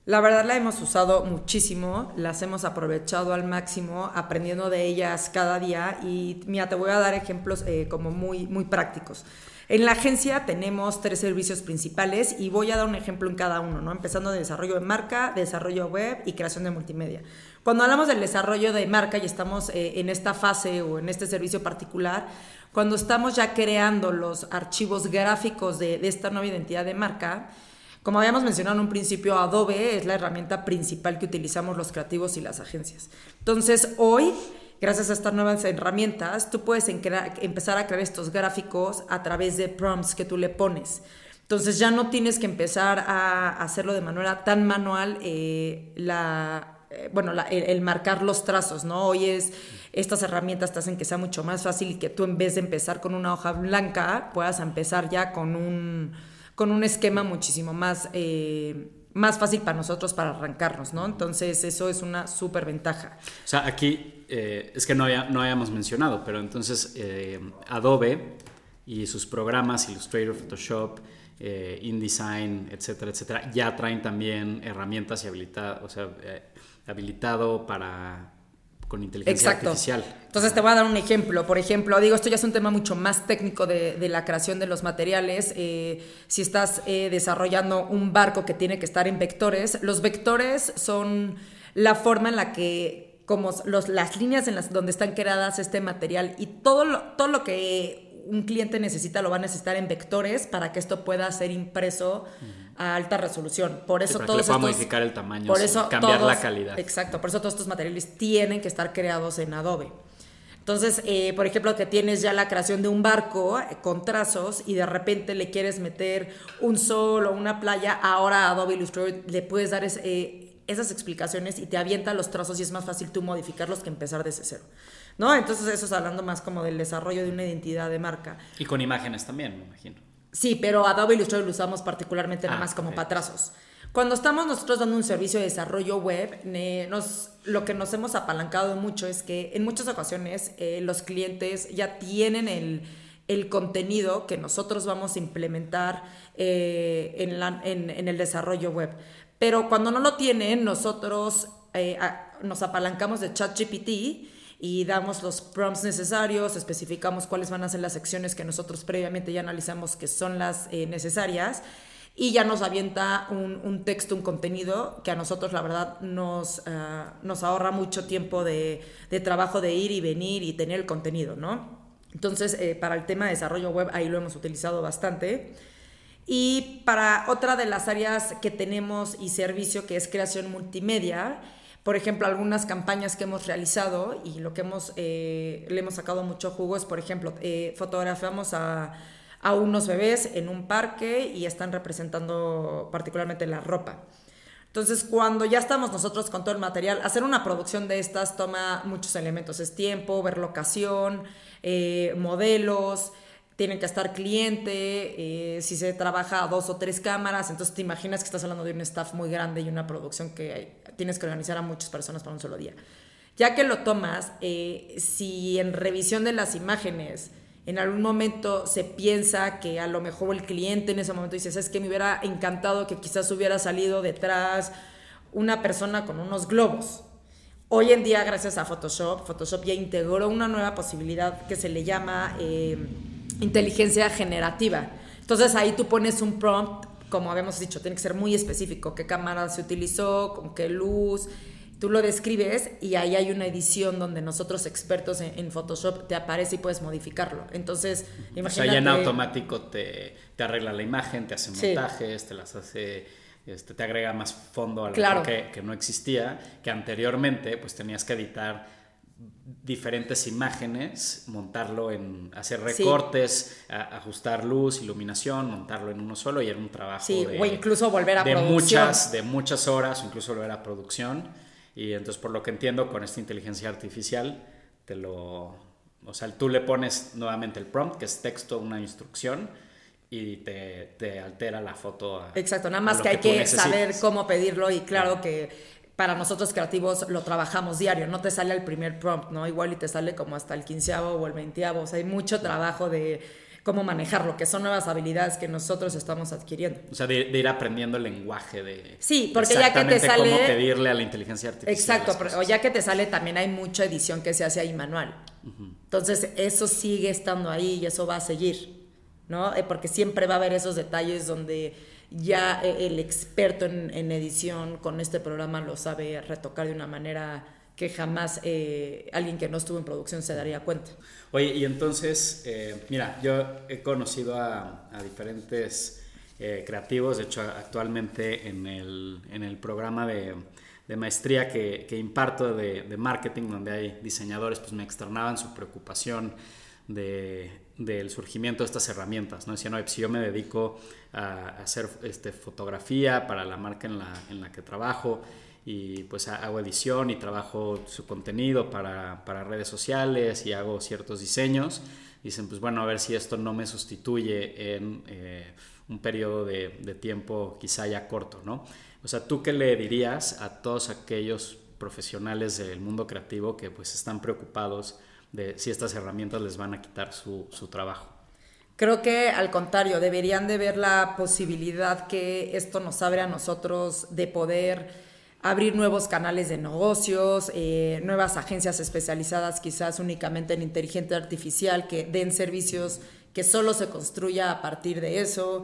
La verdad la hemos usado muchísimo, las hemos aprovechado al máximo, aprendiendo de ellas cada día y mira, te voy a dar ejemplos eh, como muy, muy prácticos. En la agencia tenemos tres servicios principales y voy a dar un ejemplo en cada uno, ¿no? Empezando de desarrollo de marca, desarrollo web y creación de multimedia. Cuando hablamos del desarrollo de marca y estamos eh, en esta fase o en este servicio particular, cuando estamos ya creando los archivos gráficos de, de esta nueva identidad de marca, como habíamos mencionado en un principio, Adobe es la herramienta principal que utilizamos los creativos y las agencias. Entonces, hoy, gracias a estas nuevas herramientas, tú puedes empezar a crear estos gráficos a través de prompts que tú le pones. Entonces, ya no tienes que empezar a hacerlo de manera tan manual, eh, la, eh, bueno, la, el, el marcar los trazos, ¿no? Hoy es, estas herramientas te hacen que sea mucho más fácil y que tú, en vez de empezar con una hoja blanca, puedas empezar ya con un... con un esquema muchísimo más, eh, más fácil para nosotros para arrancarnos, ¿no? Entonces, eso es una súper ventaja.
O sea, aquí eh, es que no, haya, no hayamos mencionado, pero entonces eh, Adobe y sus programas, Illustrator, Photoshop, eh, InDesign, etcétera, etcétera, ya traen también herramientas y habilita, o sea, eh, habilitado para... con inteligencia
Exacto.
artificial.
Entonces te voy a dar un ejemplo. Por ejemplo, digo, esto ya es un tema mucho más técnico de, de la creación de los materiales. Eh, si estás eh, desarrollando un barco que tiene que estar en vectores, los vectores son la forma en la que, como los, las líneas en las donde están creadas este material y todo lo, todo lo que un cliente necesita lo va a necesitar en vectores para que esto pueda ser impreso uh-huh. a alta resolución. Por eso
sí, para
todos
que le pueda
estos,
modificar el tamaño,
por eso
cambiar
todos,
la calidad.
Exacto, por eso todos estos materiales tienen que estar creados en Adobe. Entonces, eh, por ejemplo, que tienes ya la creación de un barco eh, con trazos y de repente le quieres meter un sol o una playa, ahora a Adobe Illustrator le puedes dar ese, eh, esas explicaciones y te avienta los trazos y es más fácil tú modificarlos que empezar desde cero, ¿no? Entonces eso es hablando más como del desarrollo de una identidad de marca.
Y con imágenes también, me imagino.
Sí, pero Adobe Illustrator lo usamos particularmente nada ah, más como okay. para trazos. Cuando estamos nosotros dando un servicio de desarrollo web, eh, nos, lo que nos hemos apalancado mucho es que en muchas ocasiones eh, los clientes ya tienen el, el contenido que nosotros vamos a implementar eh, en, la, en, en el desarrollo web. Pero cuando no lo tienen, nosotros eh, a, nos apalancamos de ChatGPT y damos los prompts necesarios, especificamos cuáles van a ser las secciones que nosotros previamente ya analizamos que son las eh, necesarias y ya nos avienta un, un texto, un contenido que a nosotros la verdad nos, uh, nos ahorra mucho tiempo de, de trabajo de ir y venir y tener el contenido, ¿no? Entonces, eh, para el tema de desarrollo web ahí lo hemos utilizado bastante. Y para otra de las áreas que tenemos y servicio, que es creación multimedia, por ejemplo, algunas campañas que hemos realizado y lo que hemos, eh, le hemos sacado mucho jugo es, por ejemplo, eh, fotografiamos a, a unos bebés en un parque y están representando particularmente la ropa. Entonces, cuando ya estamos nosotros con todo el material, hacer una producción de estas toma muchos elementos. Es tiempo, ver locación, eh, modelos, tienen que estar cliente, eh, si se trabaja a dos o tres cámaras, entonces te imaginas que estás hablando de un staff muy grande y una producción que hay, tienes que organizar a muchas personas para un solo día. Ya que lo tomas, eh, si en revisión de las imágenes en algún momento se piensa que a lo mejor el cliente en ese momento dice, ¿sabes qué? Me hubiera encantado que quizás hubiera salido detrás una persona con unos globos. Hoy en día, gracias a Photoshop, Photoshop ya integró una nueva posibilidad que se le llama eh, inteligencia generativa. Entonces ahí tú pones un prompt, como habíamos dicho, tiene que ser muy específico, qué cámara se utilizó, con qué luz, tú lo describes y ahí hay una edición donde nosotros expertos en, en Photoshop te aparece y puedes modificarlo. Entonces, imagínate... O sea,
ya en automático te, te arregla la imagen, te hace montajes, sí. te las hace... Este, te agrega más fondo a lo
claro.
que, que no existía, que anteriormente pues tenías que editar diferentes imágenes, montarlo en, hacer recortes, sí. a, ajustar luz, iluminación, montarlo en uno solo y era un trabajo
sí,
de,
o incluso volver a
de
producción.
muchas, de muchas horas, o incluso volver a producción. Y entonces, por lo que entiendo, con esta inteligencia artificial te lo, o sea, tú le pones nuevamente el prompt, que es texto, una instrucción, y te, te altera la foto a,
exacto, nada más que hay que saber cómo pedirlo y claro yeah. que para nosotros creativos lo trabajamos diario, no te sale el primer prompt, ¿no? Igual y te sale como hasta el quinceavo o el veinteavo, o sea, hay mucho trabajo de cómo manejarlo, que son nuevas habilidades que nosotros estamos adquiriendo.
O sea, de, de ir aprendiendo el lenguaje de...
Sí, porque ya que te sale...
cómo pedirle a la inteligencia artificial.
Exacto, pero, o ya que te sale también hay mucha edición que se hace ahí manual. Uh-huh. Entonces eso sigue estando ahí y eso va a seguir, ¿no? Eh, porque siempre va a haber esos detalles donde ya eh, el experto en, en edición con este programa lo sabe retocar de una manera que jamás eh, alguien que no estuvo en producción se daría cuenta.
Oye, y entonces, eh, mira, yo he conocido a, a diferentes eh, creativos, de hecho actualmente en el, en el programa de, de maestría que, que imparto de, de marketing, donde hay diseñadores, pues me externaban su preocupación de, del surgimiento de estas herramientas, ¿no? Decían, no, pues si yo me dedico a, a hacer este, fotografía para la marca en la, en la que trabajo, y pues hago edición y trabajo su contenido para, para redes sociales y hago ciertos diseños, dicen, pues bueno, a ver si esto no me sustituye en eh, un periodo de, de tiempo quizá ya corto, ¿no? O sea, ¿tú qué le dirías a todos aquellos profesionales del mundo creativo que pues están preocupados de si estas herramientas les van a quitar su, su trabajo?
Creo que al contrario, deberían de ver la posibilidad que esto nos abre a nosotros de poder abrir nuevos canales de negocios, eh, nuevas agencias especializadas quizás únicamente en inteligencia artificial que den servicios que solo se construya a partir de eso.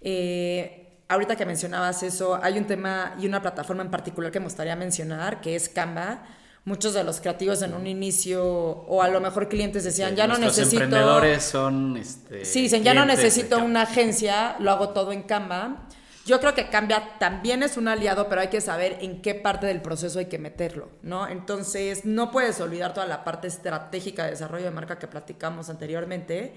Eh, ahorita que mencionabas eso, hay un tema y una plataforma en particular que me gustaría mencionar, que es Canva. Muchos de los creativos en un inicio, o a lo mejor clientes decían, sí, ya no necesito...
Los emprendedores son... Este,
sí, dicen, ya no necesito una agencia, lo hago todo en Canva. Yo creo que Canva también es un aliado, pero hay que saber en qué parte del proceso hay que meterlo, ¿no? Entonces, no puedes olvidar toda la parte estratégica de desarrollo de marca que platicamos anteriormente.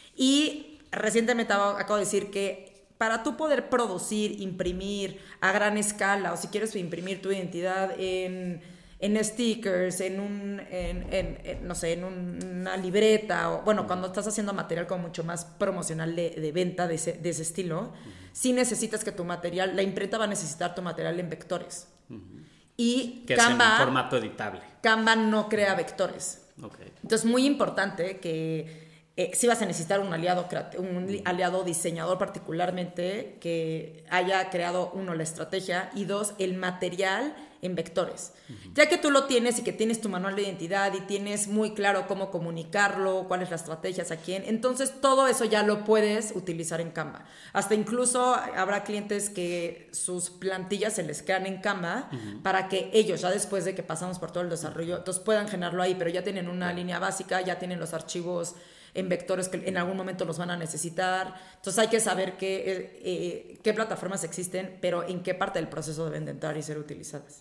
Y recientemente acabo de decir que para tú poder producir, imprimir a gran escala, o si quieres imprimir tu identidad en, en stickers, en un, en, en, en, no sé, en un, una libreta, o bueno, cuando estás haciendo material como mucho más promocional de, de venta de ese, de ese estilo, sí necesitas que tu material, la imprenta va a necesitar tu material en vectores. Uh-huh. Y
que
Canva,
es en formato editable.
Canva no crea vectores.
Okay.
Entonces, muy importante que eh, sí vas a necesitar un aliado, un aliado diseñador particularmente que haya creado, uno, la estrategia y dos, el material en vectores. Uh-huh. Ya que tú lo tienes y que tienes tu manual de identidad y tienes muy claro cómo comunicarlo, cuál es la estrategia, a quién, entonces todo eso ya lo puedes utilizar en Canva. Hasta incluso habrá clientes que sus plantillas se les crean en Canva uh-huh. para que ellos, ya después de que pasamos por todo el desarrollo, entonces puedan generarlo ahí, pero ya tienen una línea básica, ya tienen los archivos en vectores que en algún momento los van a necesitar. Entonces hay que saber qué, eh, eh, qué plataformas existen, pero en qué parte del proceso deben de entrar y ser utilizadas.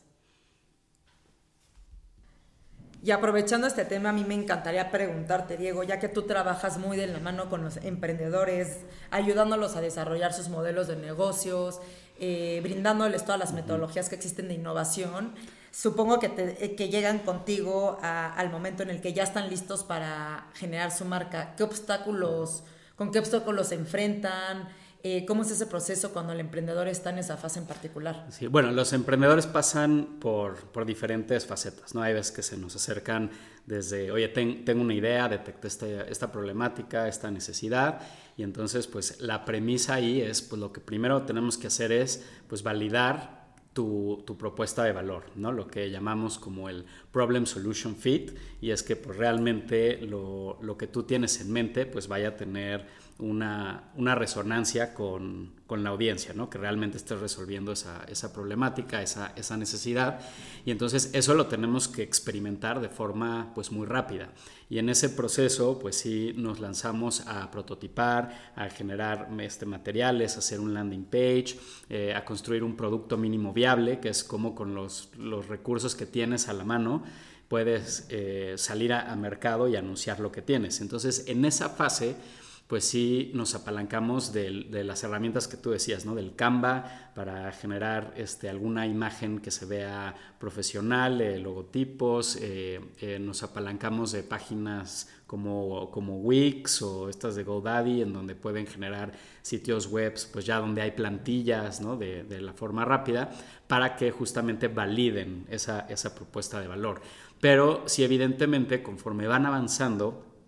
Y aprovechando este tema, a mí me encantaría preguntarte, Diego, ya que tú trabajas muy de la mano con los emprendedores, ayudándolos a desarrollar sus modelos de negocios, eh, brindándoles todas las metodologías que existen de innovación, supongo que, te, que llegan contigo a, al momento en el que ya están listos para generar su marca. ¿Qué obstáculos, con qué obstáculos se enfrentan? Eh, ¿Cómo es ese proceso cuando el emprendedor está en esa fase en particular?
Sí, bueno, los emprendedores pasan por, por diferentes facetas, ¿no? Hay veces que se nos acercan desde, oye, ten, tengo una idea, detecté esta, esta problemática, esta necesidad, y entonces, pues, la premisa ahí es, pues, lo que primero tenemos que hacer es, pues, validar Tu, tu propuesta de valor, ¿no? Lo que llamamos como el Problem Solution Fit, y es que pues, realmente lo, lo que tú tienes en mente pues vaya a tener una, una resonancia con, con la audiencia, ¿no? Que realmente estés resolviendo esa, esa problemática, esa, esa necesidad, y entonces eso lo tenemos que experimentar de forma pues muy rápida, y en ese proceso pues sí nos lanzamos a prototipar, a generar este, materiales, a hacer un landing page, eh, a construir un producto mínimo viable, que es como con los, los recursos que tienes a la mano puedes eh, salir a, a mercado y anunciar lo que tienes. Entonces en esa fase pues sí nos apalancamos de, de las herramientas que tú decías, ¿no? Del Canva para generar este, alguna imagen que se vea profesional, eh, logotipos, eh, eh, nos apalancamos de páginas como, como Wix o estas de GoDaddy, en donde pueden generar sitios web, pues ya donde hay plantillas, ¿no? de, de la forma rápida, para que justamente validen esa, esa propuesta de valor. Pero sí, evidentemente, conforme van avanzando,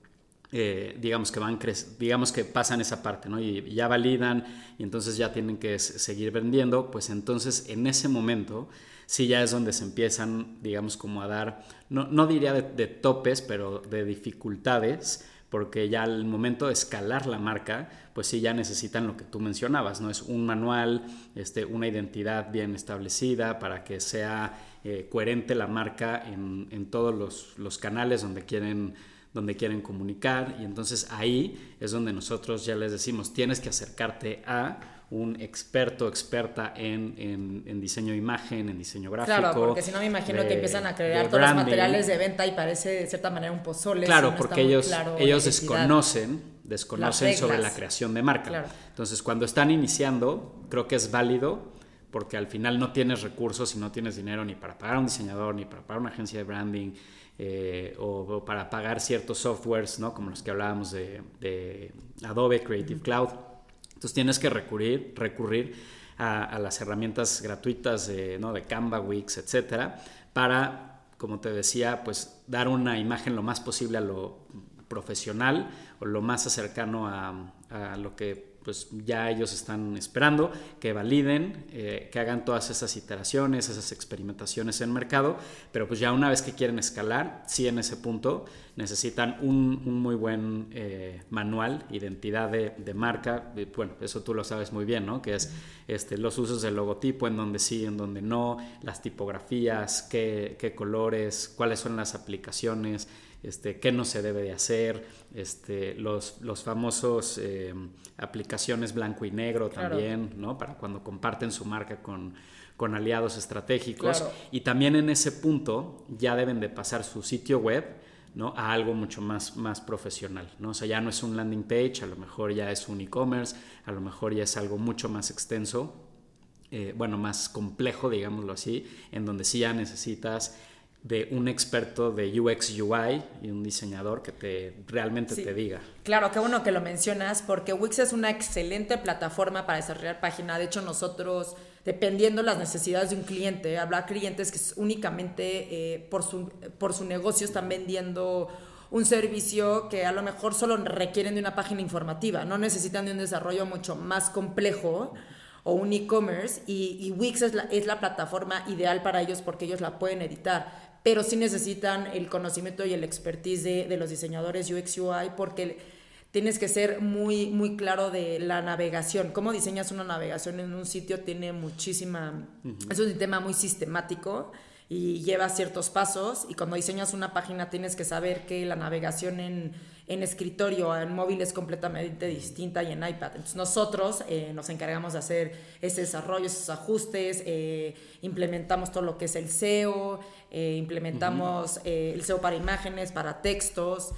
Eh, digamos que van cre- digamos que pasan esa parte, ¿no? Y, y ya validan y entonces ya tienen que s- seguir vendiendo, pues entonces en ese momento sí ya es donde se empiezan, digamos, como a dar, no, no diría de, de topes, pero de dificultades, porque ya al momento de escalar la marca, pues sí ya necesitan lo que tú mencionabas, ¿no? Es un manual, este, una identidad bien establecida para que sea eh, coherente la marca en, en todos los, los canales donde quieren donde quieren comunicar, y entonces ahí es donde nosotros ya les decimos, tienes que acercarte a un experto, experta en, en, en diseño de imagen, en diseño gráfico.
Claro, porque si no me imagino
de,
que empiezan a crear todos
branding.
los materiales de venta y parece de cierta manera un pozole.
Claro,
si no
porque
está muy
ellos,
claro
ellos
la identidad.
desconocen, desconocen sobre la creación de marca.
Claro.
Entonces, cuando están iniciando, creo que es válido, porque al final no tienes recursos y no tienes dinero ni para pagar a un diseñador, ni para pagar una agencia de branding, eh, o, o para pagar ciertos softwares, ¿no? Como los que hablábamos de, de Adobe Creative uh-huh. Cloud. Entonces tienes que recurrir, recurrir a, a las herramientas gratuitas de, ¿no? de Canva, Wix, etcétera, para, como te decía, pues dar una imagen lo más posible a lo profesional o lo más cercano a, a lo que pues ya ellos están esperando, que validen, eh, que hagan todas esas iteraciones, esas experimentaciones en mercado, pero pues ya una vez que quieren escalar, sí en ese punto necesitan un, un muy buen eh, manual, identidad de, de marca, y, bueno, eso tú lo sabes muy bien, ¿no? Que es este, los usos del logotipo, en donde sí, en donde no, las tipografías, qué, qué colores, cuáles son las aplicaciones, Este, qué no se debe de hacer, este, los, los famosos eh, aplicaciones blanco y negro claro. también, ¿no? Para cuando comparten su marca con, con aliados estratégicos. Claro. Y también en ese punto ya deben de pasar su sitio web, ¿no? A algo mucho más, más profesional, ¿no? O sea, ya no es un landing page, a lo mejor ya es un e-commerce, a lo mejor ya es algo mucho más extenso, eh, bueno, más complejo, digámoslo así, en donde sí ya necesitas de un experto de U X U I y un diseñador que te realmente sí. te diga.
Claro, qué bueno que lo mencionas, porque Wix es una excelente plataforma para desarrollar página. De hecho, nosotros, dependiendo las necesidades de un cliente, habrá clientes que únicamente eh, por, su, por su negocio están vendiendo un servicio que a lo mejor solo requieren de una página informativa, no necesitan de un desarrollo mucho más complejo o un e-commerce, y, y Wix es la, es la plataforma ideal para ellos porque ellos la pueden editar, pero sí necesitan el conocimiento y el expertise de, de los diseñadores U X U I, porque tienes que ser muy, muy claro de la navegación. Cómo diseñas una navegación en un sitio tiene muchísima... Uh-huh. Es un tema muy sistemático y lleva ciertos pasos, y cuando diseñas una página tienes que saber que la navegación en, en escritorio, en móvil es completamente distinta, y en iPad. Entonces nosotros eh, nos encargamos de hacer ese desarrollo, esos ajustes, eh, implementamos todo lo que es el S E O, eh, implementamos uh-huh. eh, el S E O para imágenes, para textos,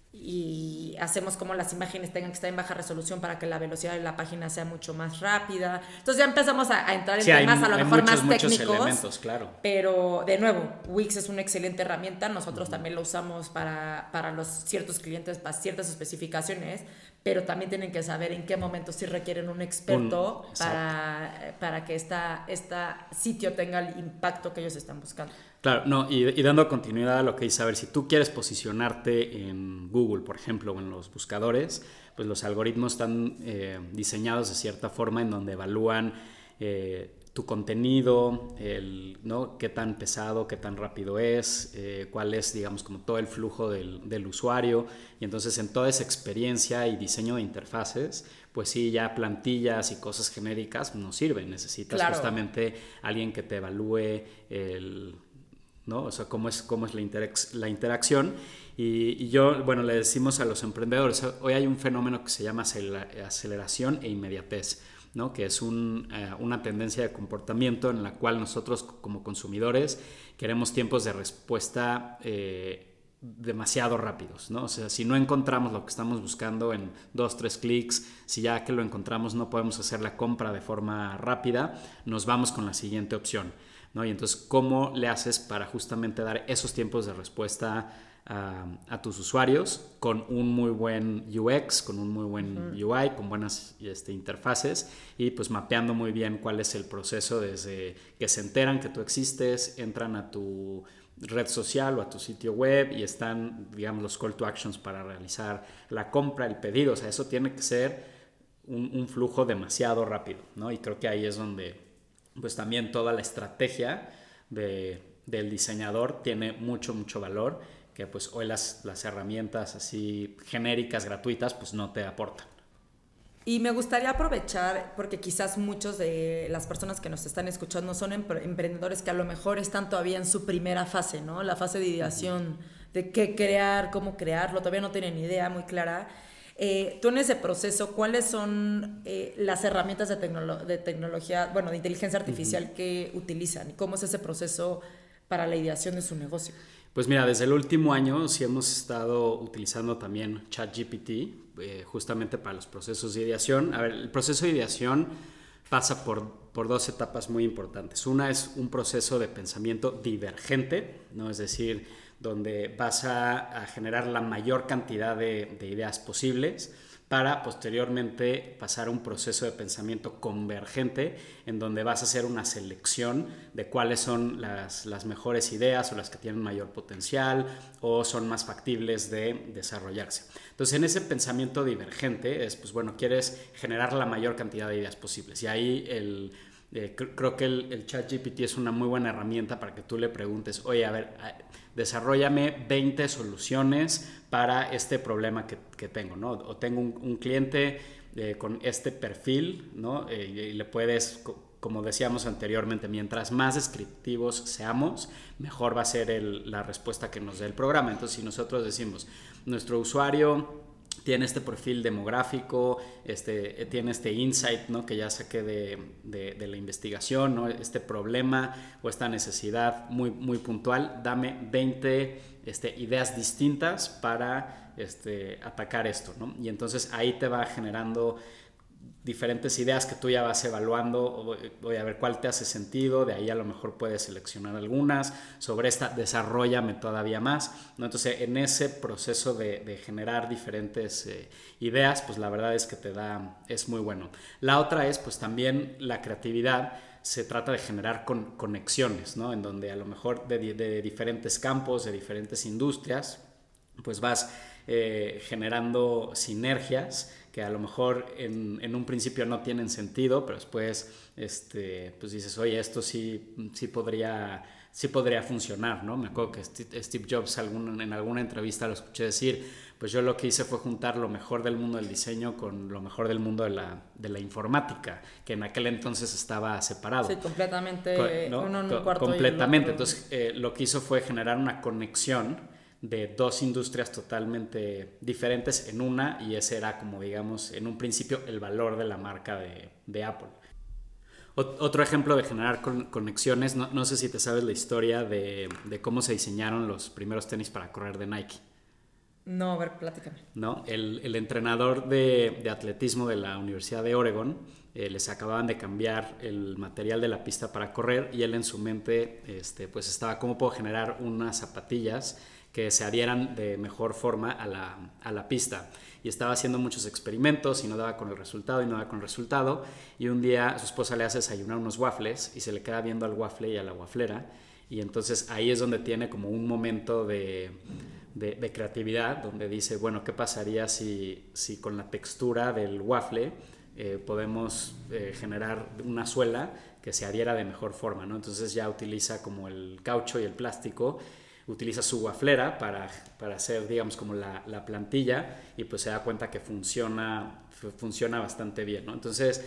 y hacemos como las imágenes tengan que estar en baja resolución para que la velocidad de la página sea mucho más rápida. Entonces ya empezamos a, a entrar en sí, temas hay, a lo mejor muchos, más técnicos, muchos elementos, claro. Pero de nuevo, Wix es una excelente herramienta. Nosotros uh-huh. también lo usamos para, para los ciertos clientes, para ciertas especificaciones, pero también tienen que saber en qué momento sí requieren un experto un, para, para que esta, esta sitio tenga el impacto que ellos están buscando.
Claro, no, y, y dando continuidad a lo que dice, a ver, si tú quieres posicionarte en Google, por ejemplo, o en los buscadores, pues los algoritmos están eh, diseñados de cierta forma en donde evalúan eh, tu contenido, el, ¿no? qué tan pesado, qué tan rápido es, eh, cuál es, digamos, como todo el flujo del, del usuario, y entonces en toda esa experiencia y diseño de interfaces, pues sí, ya plantillas y cosas genéricas no sirven, necesitas claro. justamente alguien que te evalúe el... ¿no? O sea, cómo es, cómo es la, interac- la interacción. Y, y yo, bueno, le decimos a los emprendedores, hoy hay un fenómeno que se llama aceleración e inmediatez, ¿no? Que es un, eh, una tendencia de comportamiento en la cual nosotros como consumidores queremos tiempos de respuesta eh, demasiado rápidos, ¿no? O sea, si no encontramos lo que estamos buscando en dos, tres clics, si ya que lo encontramos no podemos hacer la compra de forma rápida, nos vamos con la siguiente opción, ¿no? Y entonces, ¿cómo le haces para justamente dar esos tiempos de respuesta a, a tus usuarios con un muy buen U X, con un muy buen uh-huh. U I, con buenas este, interfaces, y pues mapeando muy bien cuál es el proceso desde que se enteran que tú existes, entran a tu red social o a tu sitio web y están, digamos, los call to actions para realizar la compra, el pedido. O sea, eso tiene que ser un, un flujo demasiado rápido, ¿no? Y creo que ahí es donde pues también toda la estrategia de, del diseñador tiene mucho, mucho valor, que pues hoy las, las herramientas así genéricas, gratuitas, pues no te aportan.
Y me gustaría aprovechar, porque quizás muchos de las personas que nos están escuchando son empre- emprendedores que a lo mejor están todavía en su primera fase, ¿no? La fase de ideación, uh-huh. de qué crear, cómo crearlo, todavía no tienen idea muy clara. Eh, tú en ese proceso, ¿cuáles son eh, las herramientas de, tecnolo- de tecnología, bueno, de inteligencia artificial uh-huh. que utilizan? ¿Y cómo es ese proceso para la ideación de su negocio?
Pues mira, desde el último año sí hemos estado utilizando también ChatGPT, eh, justamente para los procesos de ideación. A ver, el proceso de ideación pasa por, por dos etapas muy importantes. Una es un proceso de pensamiento divergente, ¿no? Es decir, donde vas a, a generar la mayor cantidad de, de ideas posibles para posteriormente pasar a un proceso de pensamiento convergente en donde vas a hacer una selección de cuáles son las, las mejores ideas o las que tienen mayor potencial o son más factibles de desarrollarse. Entonces, en ese pensamiento divergente es, pues bueno, quieres generar la mayor cantidad de ideas posibles y ahí el... Eh, cr- creo que el, el ChatGPT es una muy buena herramienta para que tú le preguntes, oye, a ver, desarróllame veinte soluciones para este problema que, que tengo, ¿no? O tengo un, un cliente eh, con este perfil, ¿no? Eh, y le puedes, como decíamos anteriormente, mientras más descriptivos seamos, mejor va a ser el, la respuesta que nos dé el programa. Entonces, si nosotros decimos, nuestro usuario tiene este perfil demográfico, este, tiene este insight, ¿no? Que ya saqué de, de, de la investigación, ¿no? Este problema o esta necesidad muy, muy puntual, dame veinte este, ideas distintas para este, atacar esto, ¿no? Y entonces ahí te va generando diferentes ideas que tú ya vas evaluando, voy a ver cuál te hace sentido, de ahí a lo mejor puedes seleccionar algunas, sobre esta desarróllame todavía más, ¿no? Entonces en ese proceso de, de generar diferentes eh, ideas, pues la verdad es que te da, es muy bueno. La otra es pues también la creatividad, se trata de generar con, conexiones, ¿no? En donde a lo mejor de, de diferentes campos, de diferentes industrias, pues vas eh, generando sinergias que a lo mejor en, en un principio no tienen sentido, pero después este, pues dices, oye, esto sí, sí, podría, sí podría funcionar, ¿no? Me acuerdo que Steve Jobs algún, en alguna entrevista lo escuché decir, pues yo lo que hice fue juntar lo mejor del mundo del diseño con lo mejor del mundo de la, de la informática, que en aquel entonces estaba separado.
Sí, completamente,
¿no?
uno en un cuarto
completamente.
Y el otro.
Entonces eh, lo que hizo fue generar una conexión de dos industrias totalmente diferentes en una, y ese era como digamos en un principio el valor de la marca de, de Apple. Ot- otro ejemplo de generar con- conexiones, no, no sé si te sabes la historia de, de cómo se diseñaron los primeros tenis para correr de Nike.
No, a ver, pláticame.
¿No? El, el entrenador de, de atletismo de la Universidad de Oregon eh, les acababan de cambiar el material de la pista para correr y él en su mente este, pues estaba, ¿cómo puedo generar unas zapatillas que se adhieran de mejor forma a la, a la pista? Y estaba haciendo muchos experimentos y no daba con el resultado y no daba con el resultado, y un día a su esposa le hace desayunar unos waffles y se le queda viendo al waffle y a la waflera, y entonces ahí es donde tiene como un momento de, de, de creatividad, donde dice, bueno, ¿qué pasaría si, si con la textura del waffle eh, podemos eh, generar una suela que se adhiera de mejor forma, ¿no? Entonces ya utiliza como el caucho y el plástico, utiliza su waflera para, para hacer, digamos, como la, la plantilla, y pues se da cuenta que funciona, funciona bastante bien, ¿no? Entonces,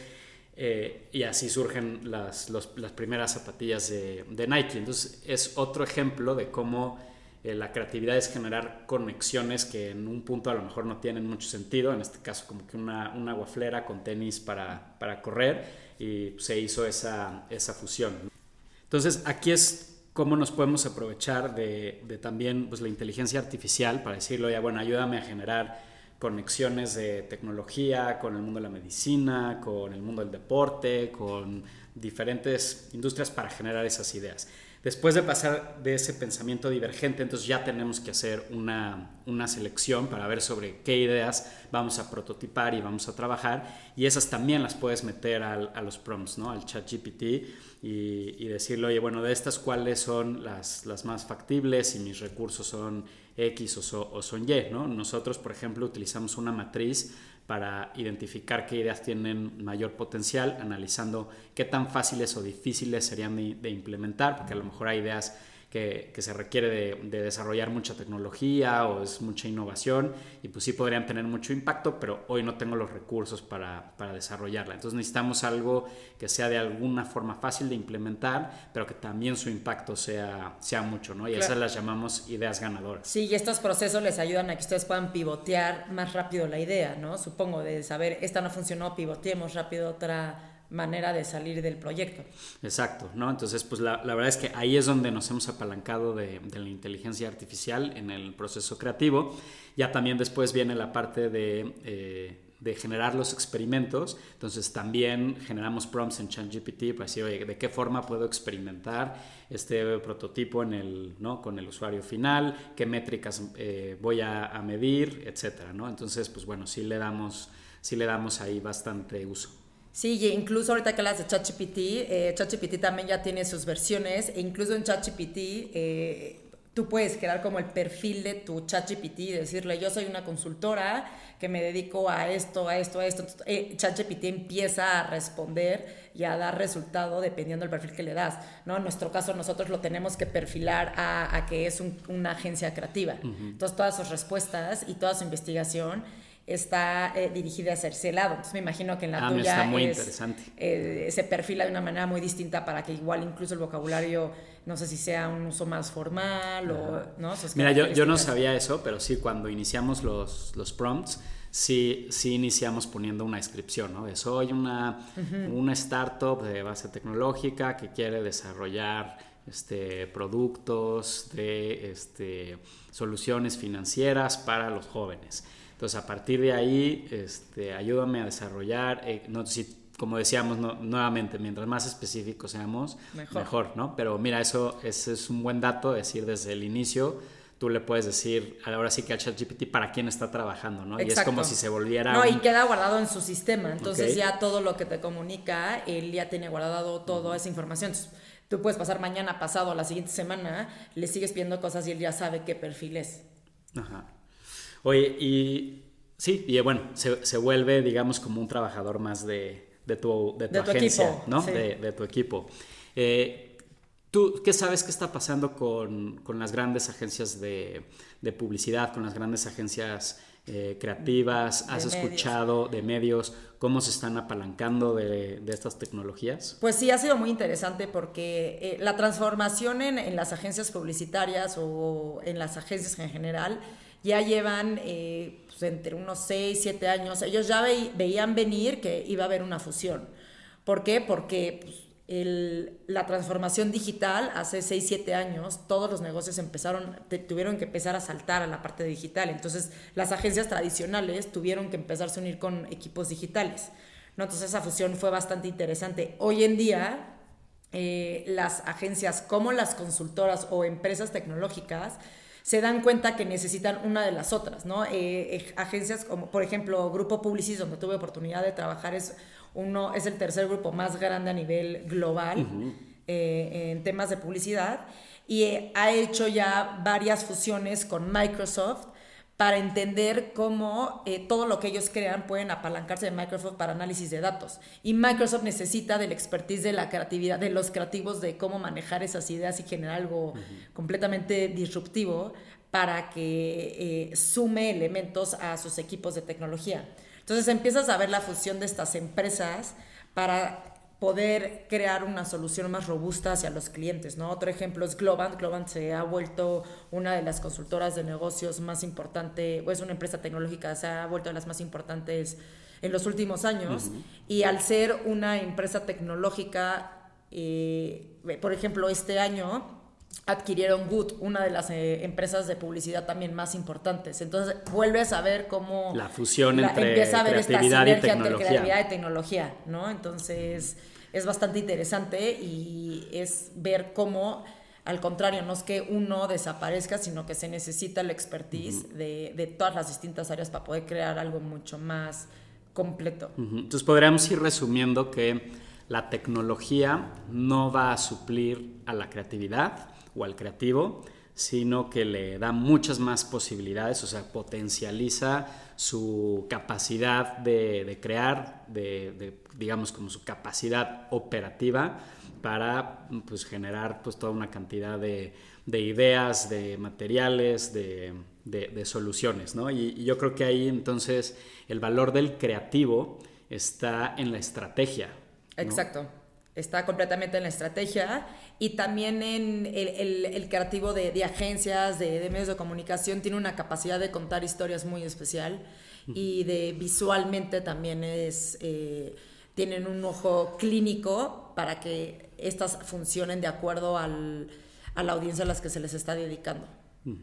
eh, y así surgen las, los, las primeras zapatillas de, de Nike. Entonces, es otro ejemplo de cómo eh, la creatividad es generar conexiones que en un punto a lo mejor no tienen mucho sentido, en este caso como que una, una waflera con tenis para, para correr, y se hizo esa, esa fusión. Entonces, aquí es cómo nos podemos aprovechar de, de también pues, la inteligencia artificial para decirle, ya bueno, ayúdame a generar conexiones de tecnología con el mundo de la medicina, con el mundo del deporte, con diferentes industrias para generar esas ideas. Después de pasar de ese pensamiento divergente, entonces ya tenemos que hacer una, una selección para ver sobre qué ideas vamos a prototipar y vamos a trabajar, y esas también las puedes meter al, a los prompts, ¿no? Al ChatGPT y, y decirle, oye, bueno, de estas cuáles son las, las más factibles y mis recursos son X o, so, o son Y, ¿no? Nosotros, por ejemplo, utilizamos una matriz para identificar qué ideas tienen mayor potencial, analizando qué tan fáciles o difíciles serían de, de implementar, porque a lo mejor hay ideas que, que se requiere de, de desarrollar mucha tecnología o es mucha innovación y pues sí podrían tener mucho impacto, pero hoy no tengo los recursos para, para desarrollarla. Entonces necesitamos algo que sea de alguna forma fácil de implementar, pero que también su impacto sea, sea mucho, ¿no? Y claro, esas las llamamos ideas ganadoras.
Sí, y estos procesos les ayudan a que ustedes puedan pivotear más rápido la idea, ¿no? Supongo, de saber, esta no funcionó, pivoteemos rápido otra manera de salir del proyecto.
Exacto, ¿no? Entonces, pues la, la verdad es que ahí es donde nos hemos apalancado de, de la inteligencia artificial en el proceso creativo. Ya también después viene la parte de, eh, de generar los experimentos. Entonces, también generamos prompts en ChatGPT para decir, oye, ¿de qué forma puedo experimentar este prototipo en el, ¿no? con el usuario final? ¿Qué métricas eh, voy a, a medir? Etcétera, ¿no? Entonces, pues bueno, sí le damos, sí le damos ahí bastante uso.
Sí, y incluso ahorita que hablas de ChatGPT, eh, ChatGPT también ya tiene sus versiones, e incluso en ChatGPT eh, tú puedes crear como el perfil de tu ChatGPT y decirle, yo soy una consultora que me dedico a esto, a esto, a esto. Eh, ChatGPT empieza a responder y a dar resultado dependiendo del perfil que le das, ¿no? En nuestro caso nosotros lo tenemos que perfilar a, a que es un, una agencia creativa. Uh-huh. Entonces todas sus respuestas y toda su investigación está eh, dirigida hacia ese lado. Entonces me imagino que en la
ah,
tuya
está muy
es,
interesante.
Eh, se perfila de una manera muy distinta para que igual incluso el vocabulario, no sé si sea un uso más formal o no.
Mira, yo, yo no sabía eso, pero sí, cuando iniciamos los, los prompts, sí, sí iniciamos poniendo una descripción, ¿no? De soy una, uh-huh. una startup de base tecnológica que quiere desarrollar este, productos de este, soluciones financieras para los jóvenes. Entonces, a partir de ahí, este, ayúdame a desarrollar, eh, no, si, como decíamos no, nuevamente, mientras más específicos seamos, mejor. mejor, ¿no? Pero mira, eso, eso es un buen dato, decir desde el inicio, tú le puedes decir, ahora sí que al ChatGPT para quién está trabajando, ¿no? Exacto. Y es como si se volviera...
No,
un...
y queda guardado en su sistema, entonces okay. ya todo lo que te comunica, él ya tiene guardado toda uh-huh. esa información. Entonces, tú puedes pasar mañana, pasado, la siguiente semana, le sigues pidiendo cosas y él ya sabe qué perfil es.
Ajá. Oye, y sí, y bueno, se, se vuelve, digamos, como un trabajador más de, de tu, de tu, de tu agencia, equipo, ¿no? Sí. De, de tu equipo. Eh, ¿Tú qué sabes qué está pasando con, con las grandes agencias de, de publicidad, con las grandes agencias eh, creativas? ¿Has de escuchado medios. de medios cómo se están apalancando de, de estas tecnologías?
Pues sí, ha sido muy interesante porque eh, la transformación en, en las agencias publicitarias o en las agencias en general ya llevan eh, pues entre unos seis, siete años. Ellos ya ve, veían venir que iba a haber una fusión. ¿Por qué? Porque pues, el, la transformación digital hace seis, siete años, todos los negocios empezaron, te, tuvieron que empezar a saltar a la parte digital. Entonces, las agencias tradicionales tuvieron que empezarse a unir con equipos digitales, ¿no? Entonces, esa fusión fue bastante interesante. Hoy en día, eh, las agencias como las consultoras o empresas tecnológicas se dan cuenta que necesitan una de las otras, ¿no? Eh, eh, agencias como, por ejemplo, Grupo Publicis, donde tuve oportunidad de trabajar, es, uno, es el tercer grupo más grande a nivel global uh-huh. eh, en temas de publicidad y eh, ha hecho ya varias fusiones con Microsoft para entender cómo eh, todo lo que ellos crean pueden apalancarse de Microsoft para análisis de datos. Y Microsoft necesita del expertise de la creatividad, de los creativos, de cómo manejar esas ideas y generar algo uh-huh. completamente disruptivo para que eh, sume elementos a sus equipos de tecnología. Entonces empiezas a ver la fusión de estas empresas para poder crear una solución más robusta hacia los clientes, ¿no? Otro ejemplo es Globant. Globant se ha vuelto una de las consultoras de negocios más importante, o es una empresa tecnológica, se ha vuelto de las más importantes en los últimos años. Uh-huh. Y al ser una empresa tecnológica, eh, por ejemplo, este año adquirieron Good, una de las eh, empresas de publicidad también más importantes. Entonces vuelves a ver cómo
la fusión la, entre empieza a ver creatividad esta sinergia y tecnología.
Entre creatividad y tecnología, ¿no? Entonces es bastante interesante y es ver cómo Al contrario, no es que uno desaparezca, sino que se necesita el expertise uh-huh. de, de todas las distintas áreas para poder crear algo mucho más completo.
Uh-huh. Entonces podríamos ir resumiendo que la tecnología no va a suplir a la creatividad o al creativo, sino que le da muchas más posibilidades, o sea, potencializa su capacidad de, de crear, de, de, digamos, como su capacidad operativa para pues, generar pues, toda una cantidad de, de ideas, de materiales, de, de, de soluciones, ¿no? Y, y yo creo que ahí entonces el valor del creativo está en la estrategia, ¿no?
Exacto. Está completamente en la estrategia y también en el, el, el creativo de, de agencias, de, de medios de comunicación, tiene una capacidad de contar historias muy especial uh-huh. y de visualmente también es, eh, tienen un ojo clínico para que estas funcionen de acuerdo al, a la audiencia a las que se les está dedicando.
Uh-huh.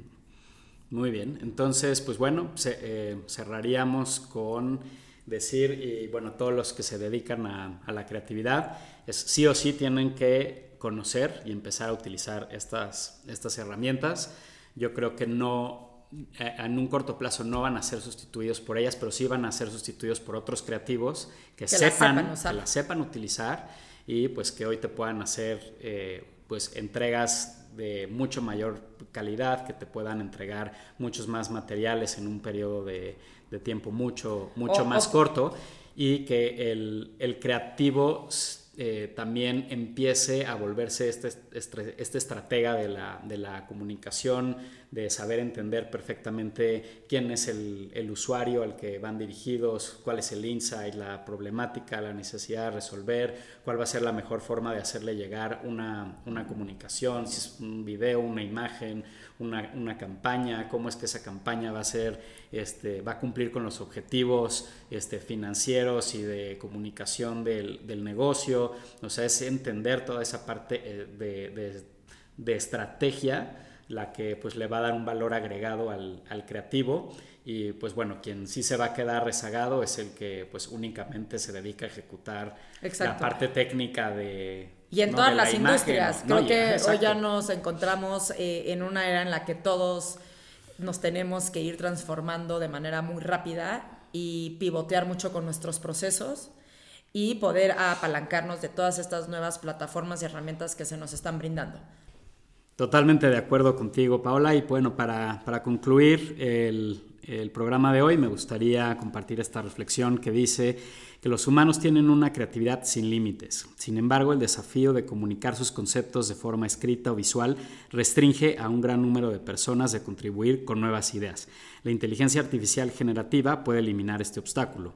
Muy bien, entonces pues bueno, se, eh, cerraríamos con decir, y bueno, todos los que se dedican a, a la creatividad, es sí o sí tienen que conocer y empezar a utilizar estas, estas herramientas. Yo creo que no, eh, en un corto plazo no van a ser sustituidos por ellas, pero sí van a ser sustituidos por otros creativos que, que sepan, la sepan que la sepan utilizar y pues que hoy te puedan hacer eh, pues entregas de mucho mayor calidad, que te puedan entregar muchos más materiales en un periodo de, de tiempo mucho, mucho oh, más oh. corto, y que el, el creativo eh, también empiece a volverse este, este, este estratega de la, de la comunicación, de saber entender perfectamente quién es el, el usuario al que van dirigidos, cuál es el insight, la problemática, la necesidad de resolver, cuál va a ser la mejor forma de hacerle llegar una, una comunicación, si es un video, una imagen, una, una campaña, cómo es que esa campaña va a ser, este, va a cumplir con los objetivos este, financieros y de comunicación del, del negocio. O sea, es entender toda esa parte de, de, de estrategia la que pues le va a dar un valor agregado al, al creativo, y pues bueno, quien sí se va a quedar rezagado es el que pues únicamente se dedica a ejecutar Exacto. la parte técnica de
y en
¿no?
todas
de
las industrias, ¿no? creo
no,
que
ya,
hoy ya nos encontramos eh, en una era en la que todos nos tenemos que ir transformando de manera muy rápida y pivotear mucho con nuestros procesos y poder apalancarnos de todas estas nuevas plataformas y herramientas que se nos están brindando.
Totalmente de acuerdo contigo, Paola. Y bueno, para, para concluir el, el programa de hoy, me gustaría compartir esta reflexión que dice que los humanos tienen una creatividad sin límites. Sin embargo, el desafío de comunicar sus conceptos de forma escrita o visual restringe a un gran número de personas de contribuir con nuevas ideas. La inteligencia artificial generativa puede eliminar este obstáculo.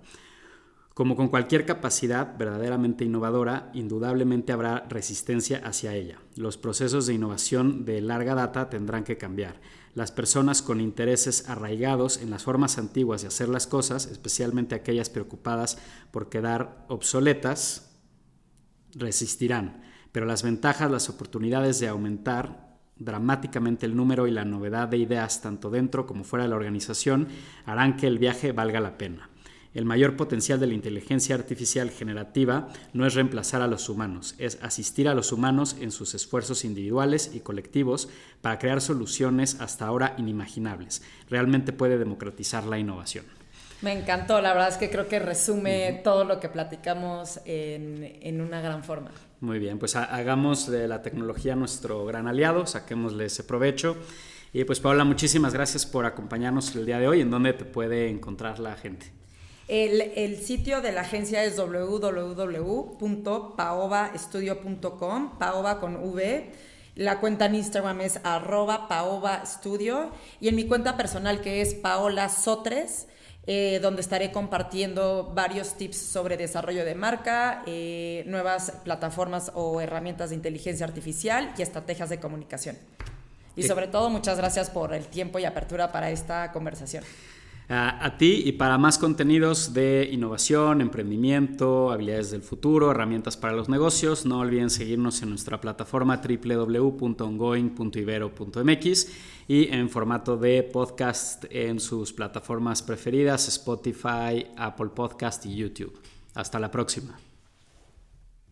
Como con cualquier capacidad verdaderamente innovadora, indudablemente habrá resistencia hacia ella. Los procesos de innovación de larga data tendrán que cambiar. Las personas con intereses arraigados en las formas antiguas de hacer las cosas, especialmente aquellas preocupadas por quedar obsoletas, resistirán. Pero las ventajas, las oportunidades de aumentar dramáticamente el número y la novedad de ideas tanto dentro como fuera de la organización harán que el viaje valga la pena. El mayor potencial de la inteligencia artificial generativa no es reemplazar a los humanos, es asistir a los humanos en sus esfuerzos individuales y colectivos para crear soluciones hasta ahora inimaginables. Realmente puede democratizar la innovación.
Me encantó, la verdad es que creo que resume uh-huh. todo lo que platicamos en, en una gran forma.
Muy bien, pues ha, hagamos de la tecnología nuestro gran aliado, saquémosle ese provecho. Y pues Paola, muchísimas gracias por acompañarnos el día de hoy. ¿En dónde te puede encontrar la gente?
El, el sitio de la agencia es doble u doble u doble u punto paova studio punto com, Paova con V. La cuenta en Instagram es arroba paova studio y en mi cuenta personal que es Paola Sotres, eh, donde estaré compartiendo varios tips sobre desarrollo de marca, eh, nuevas plataformas o herramientas de inteligencia artificial y estrategias de comunicación. Y sobre todo, muchas gracias por el tiempo y apertura para esta conversación.
A, a ti, y para más contenidos de innovación, emprendimiento, habilidades del futuro, herramientas para los negocios, no olviden seguirnos en nuestra plataforma doble u doble u doble u punto ongoing punto ibero punto m x y en formato de podcast en sus plataformas preferidas, Spotify, Apple Podcast y YouTube. Hasta la próxima.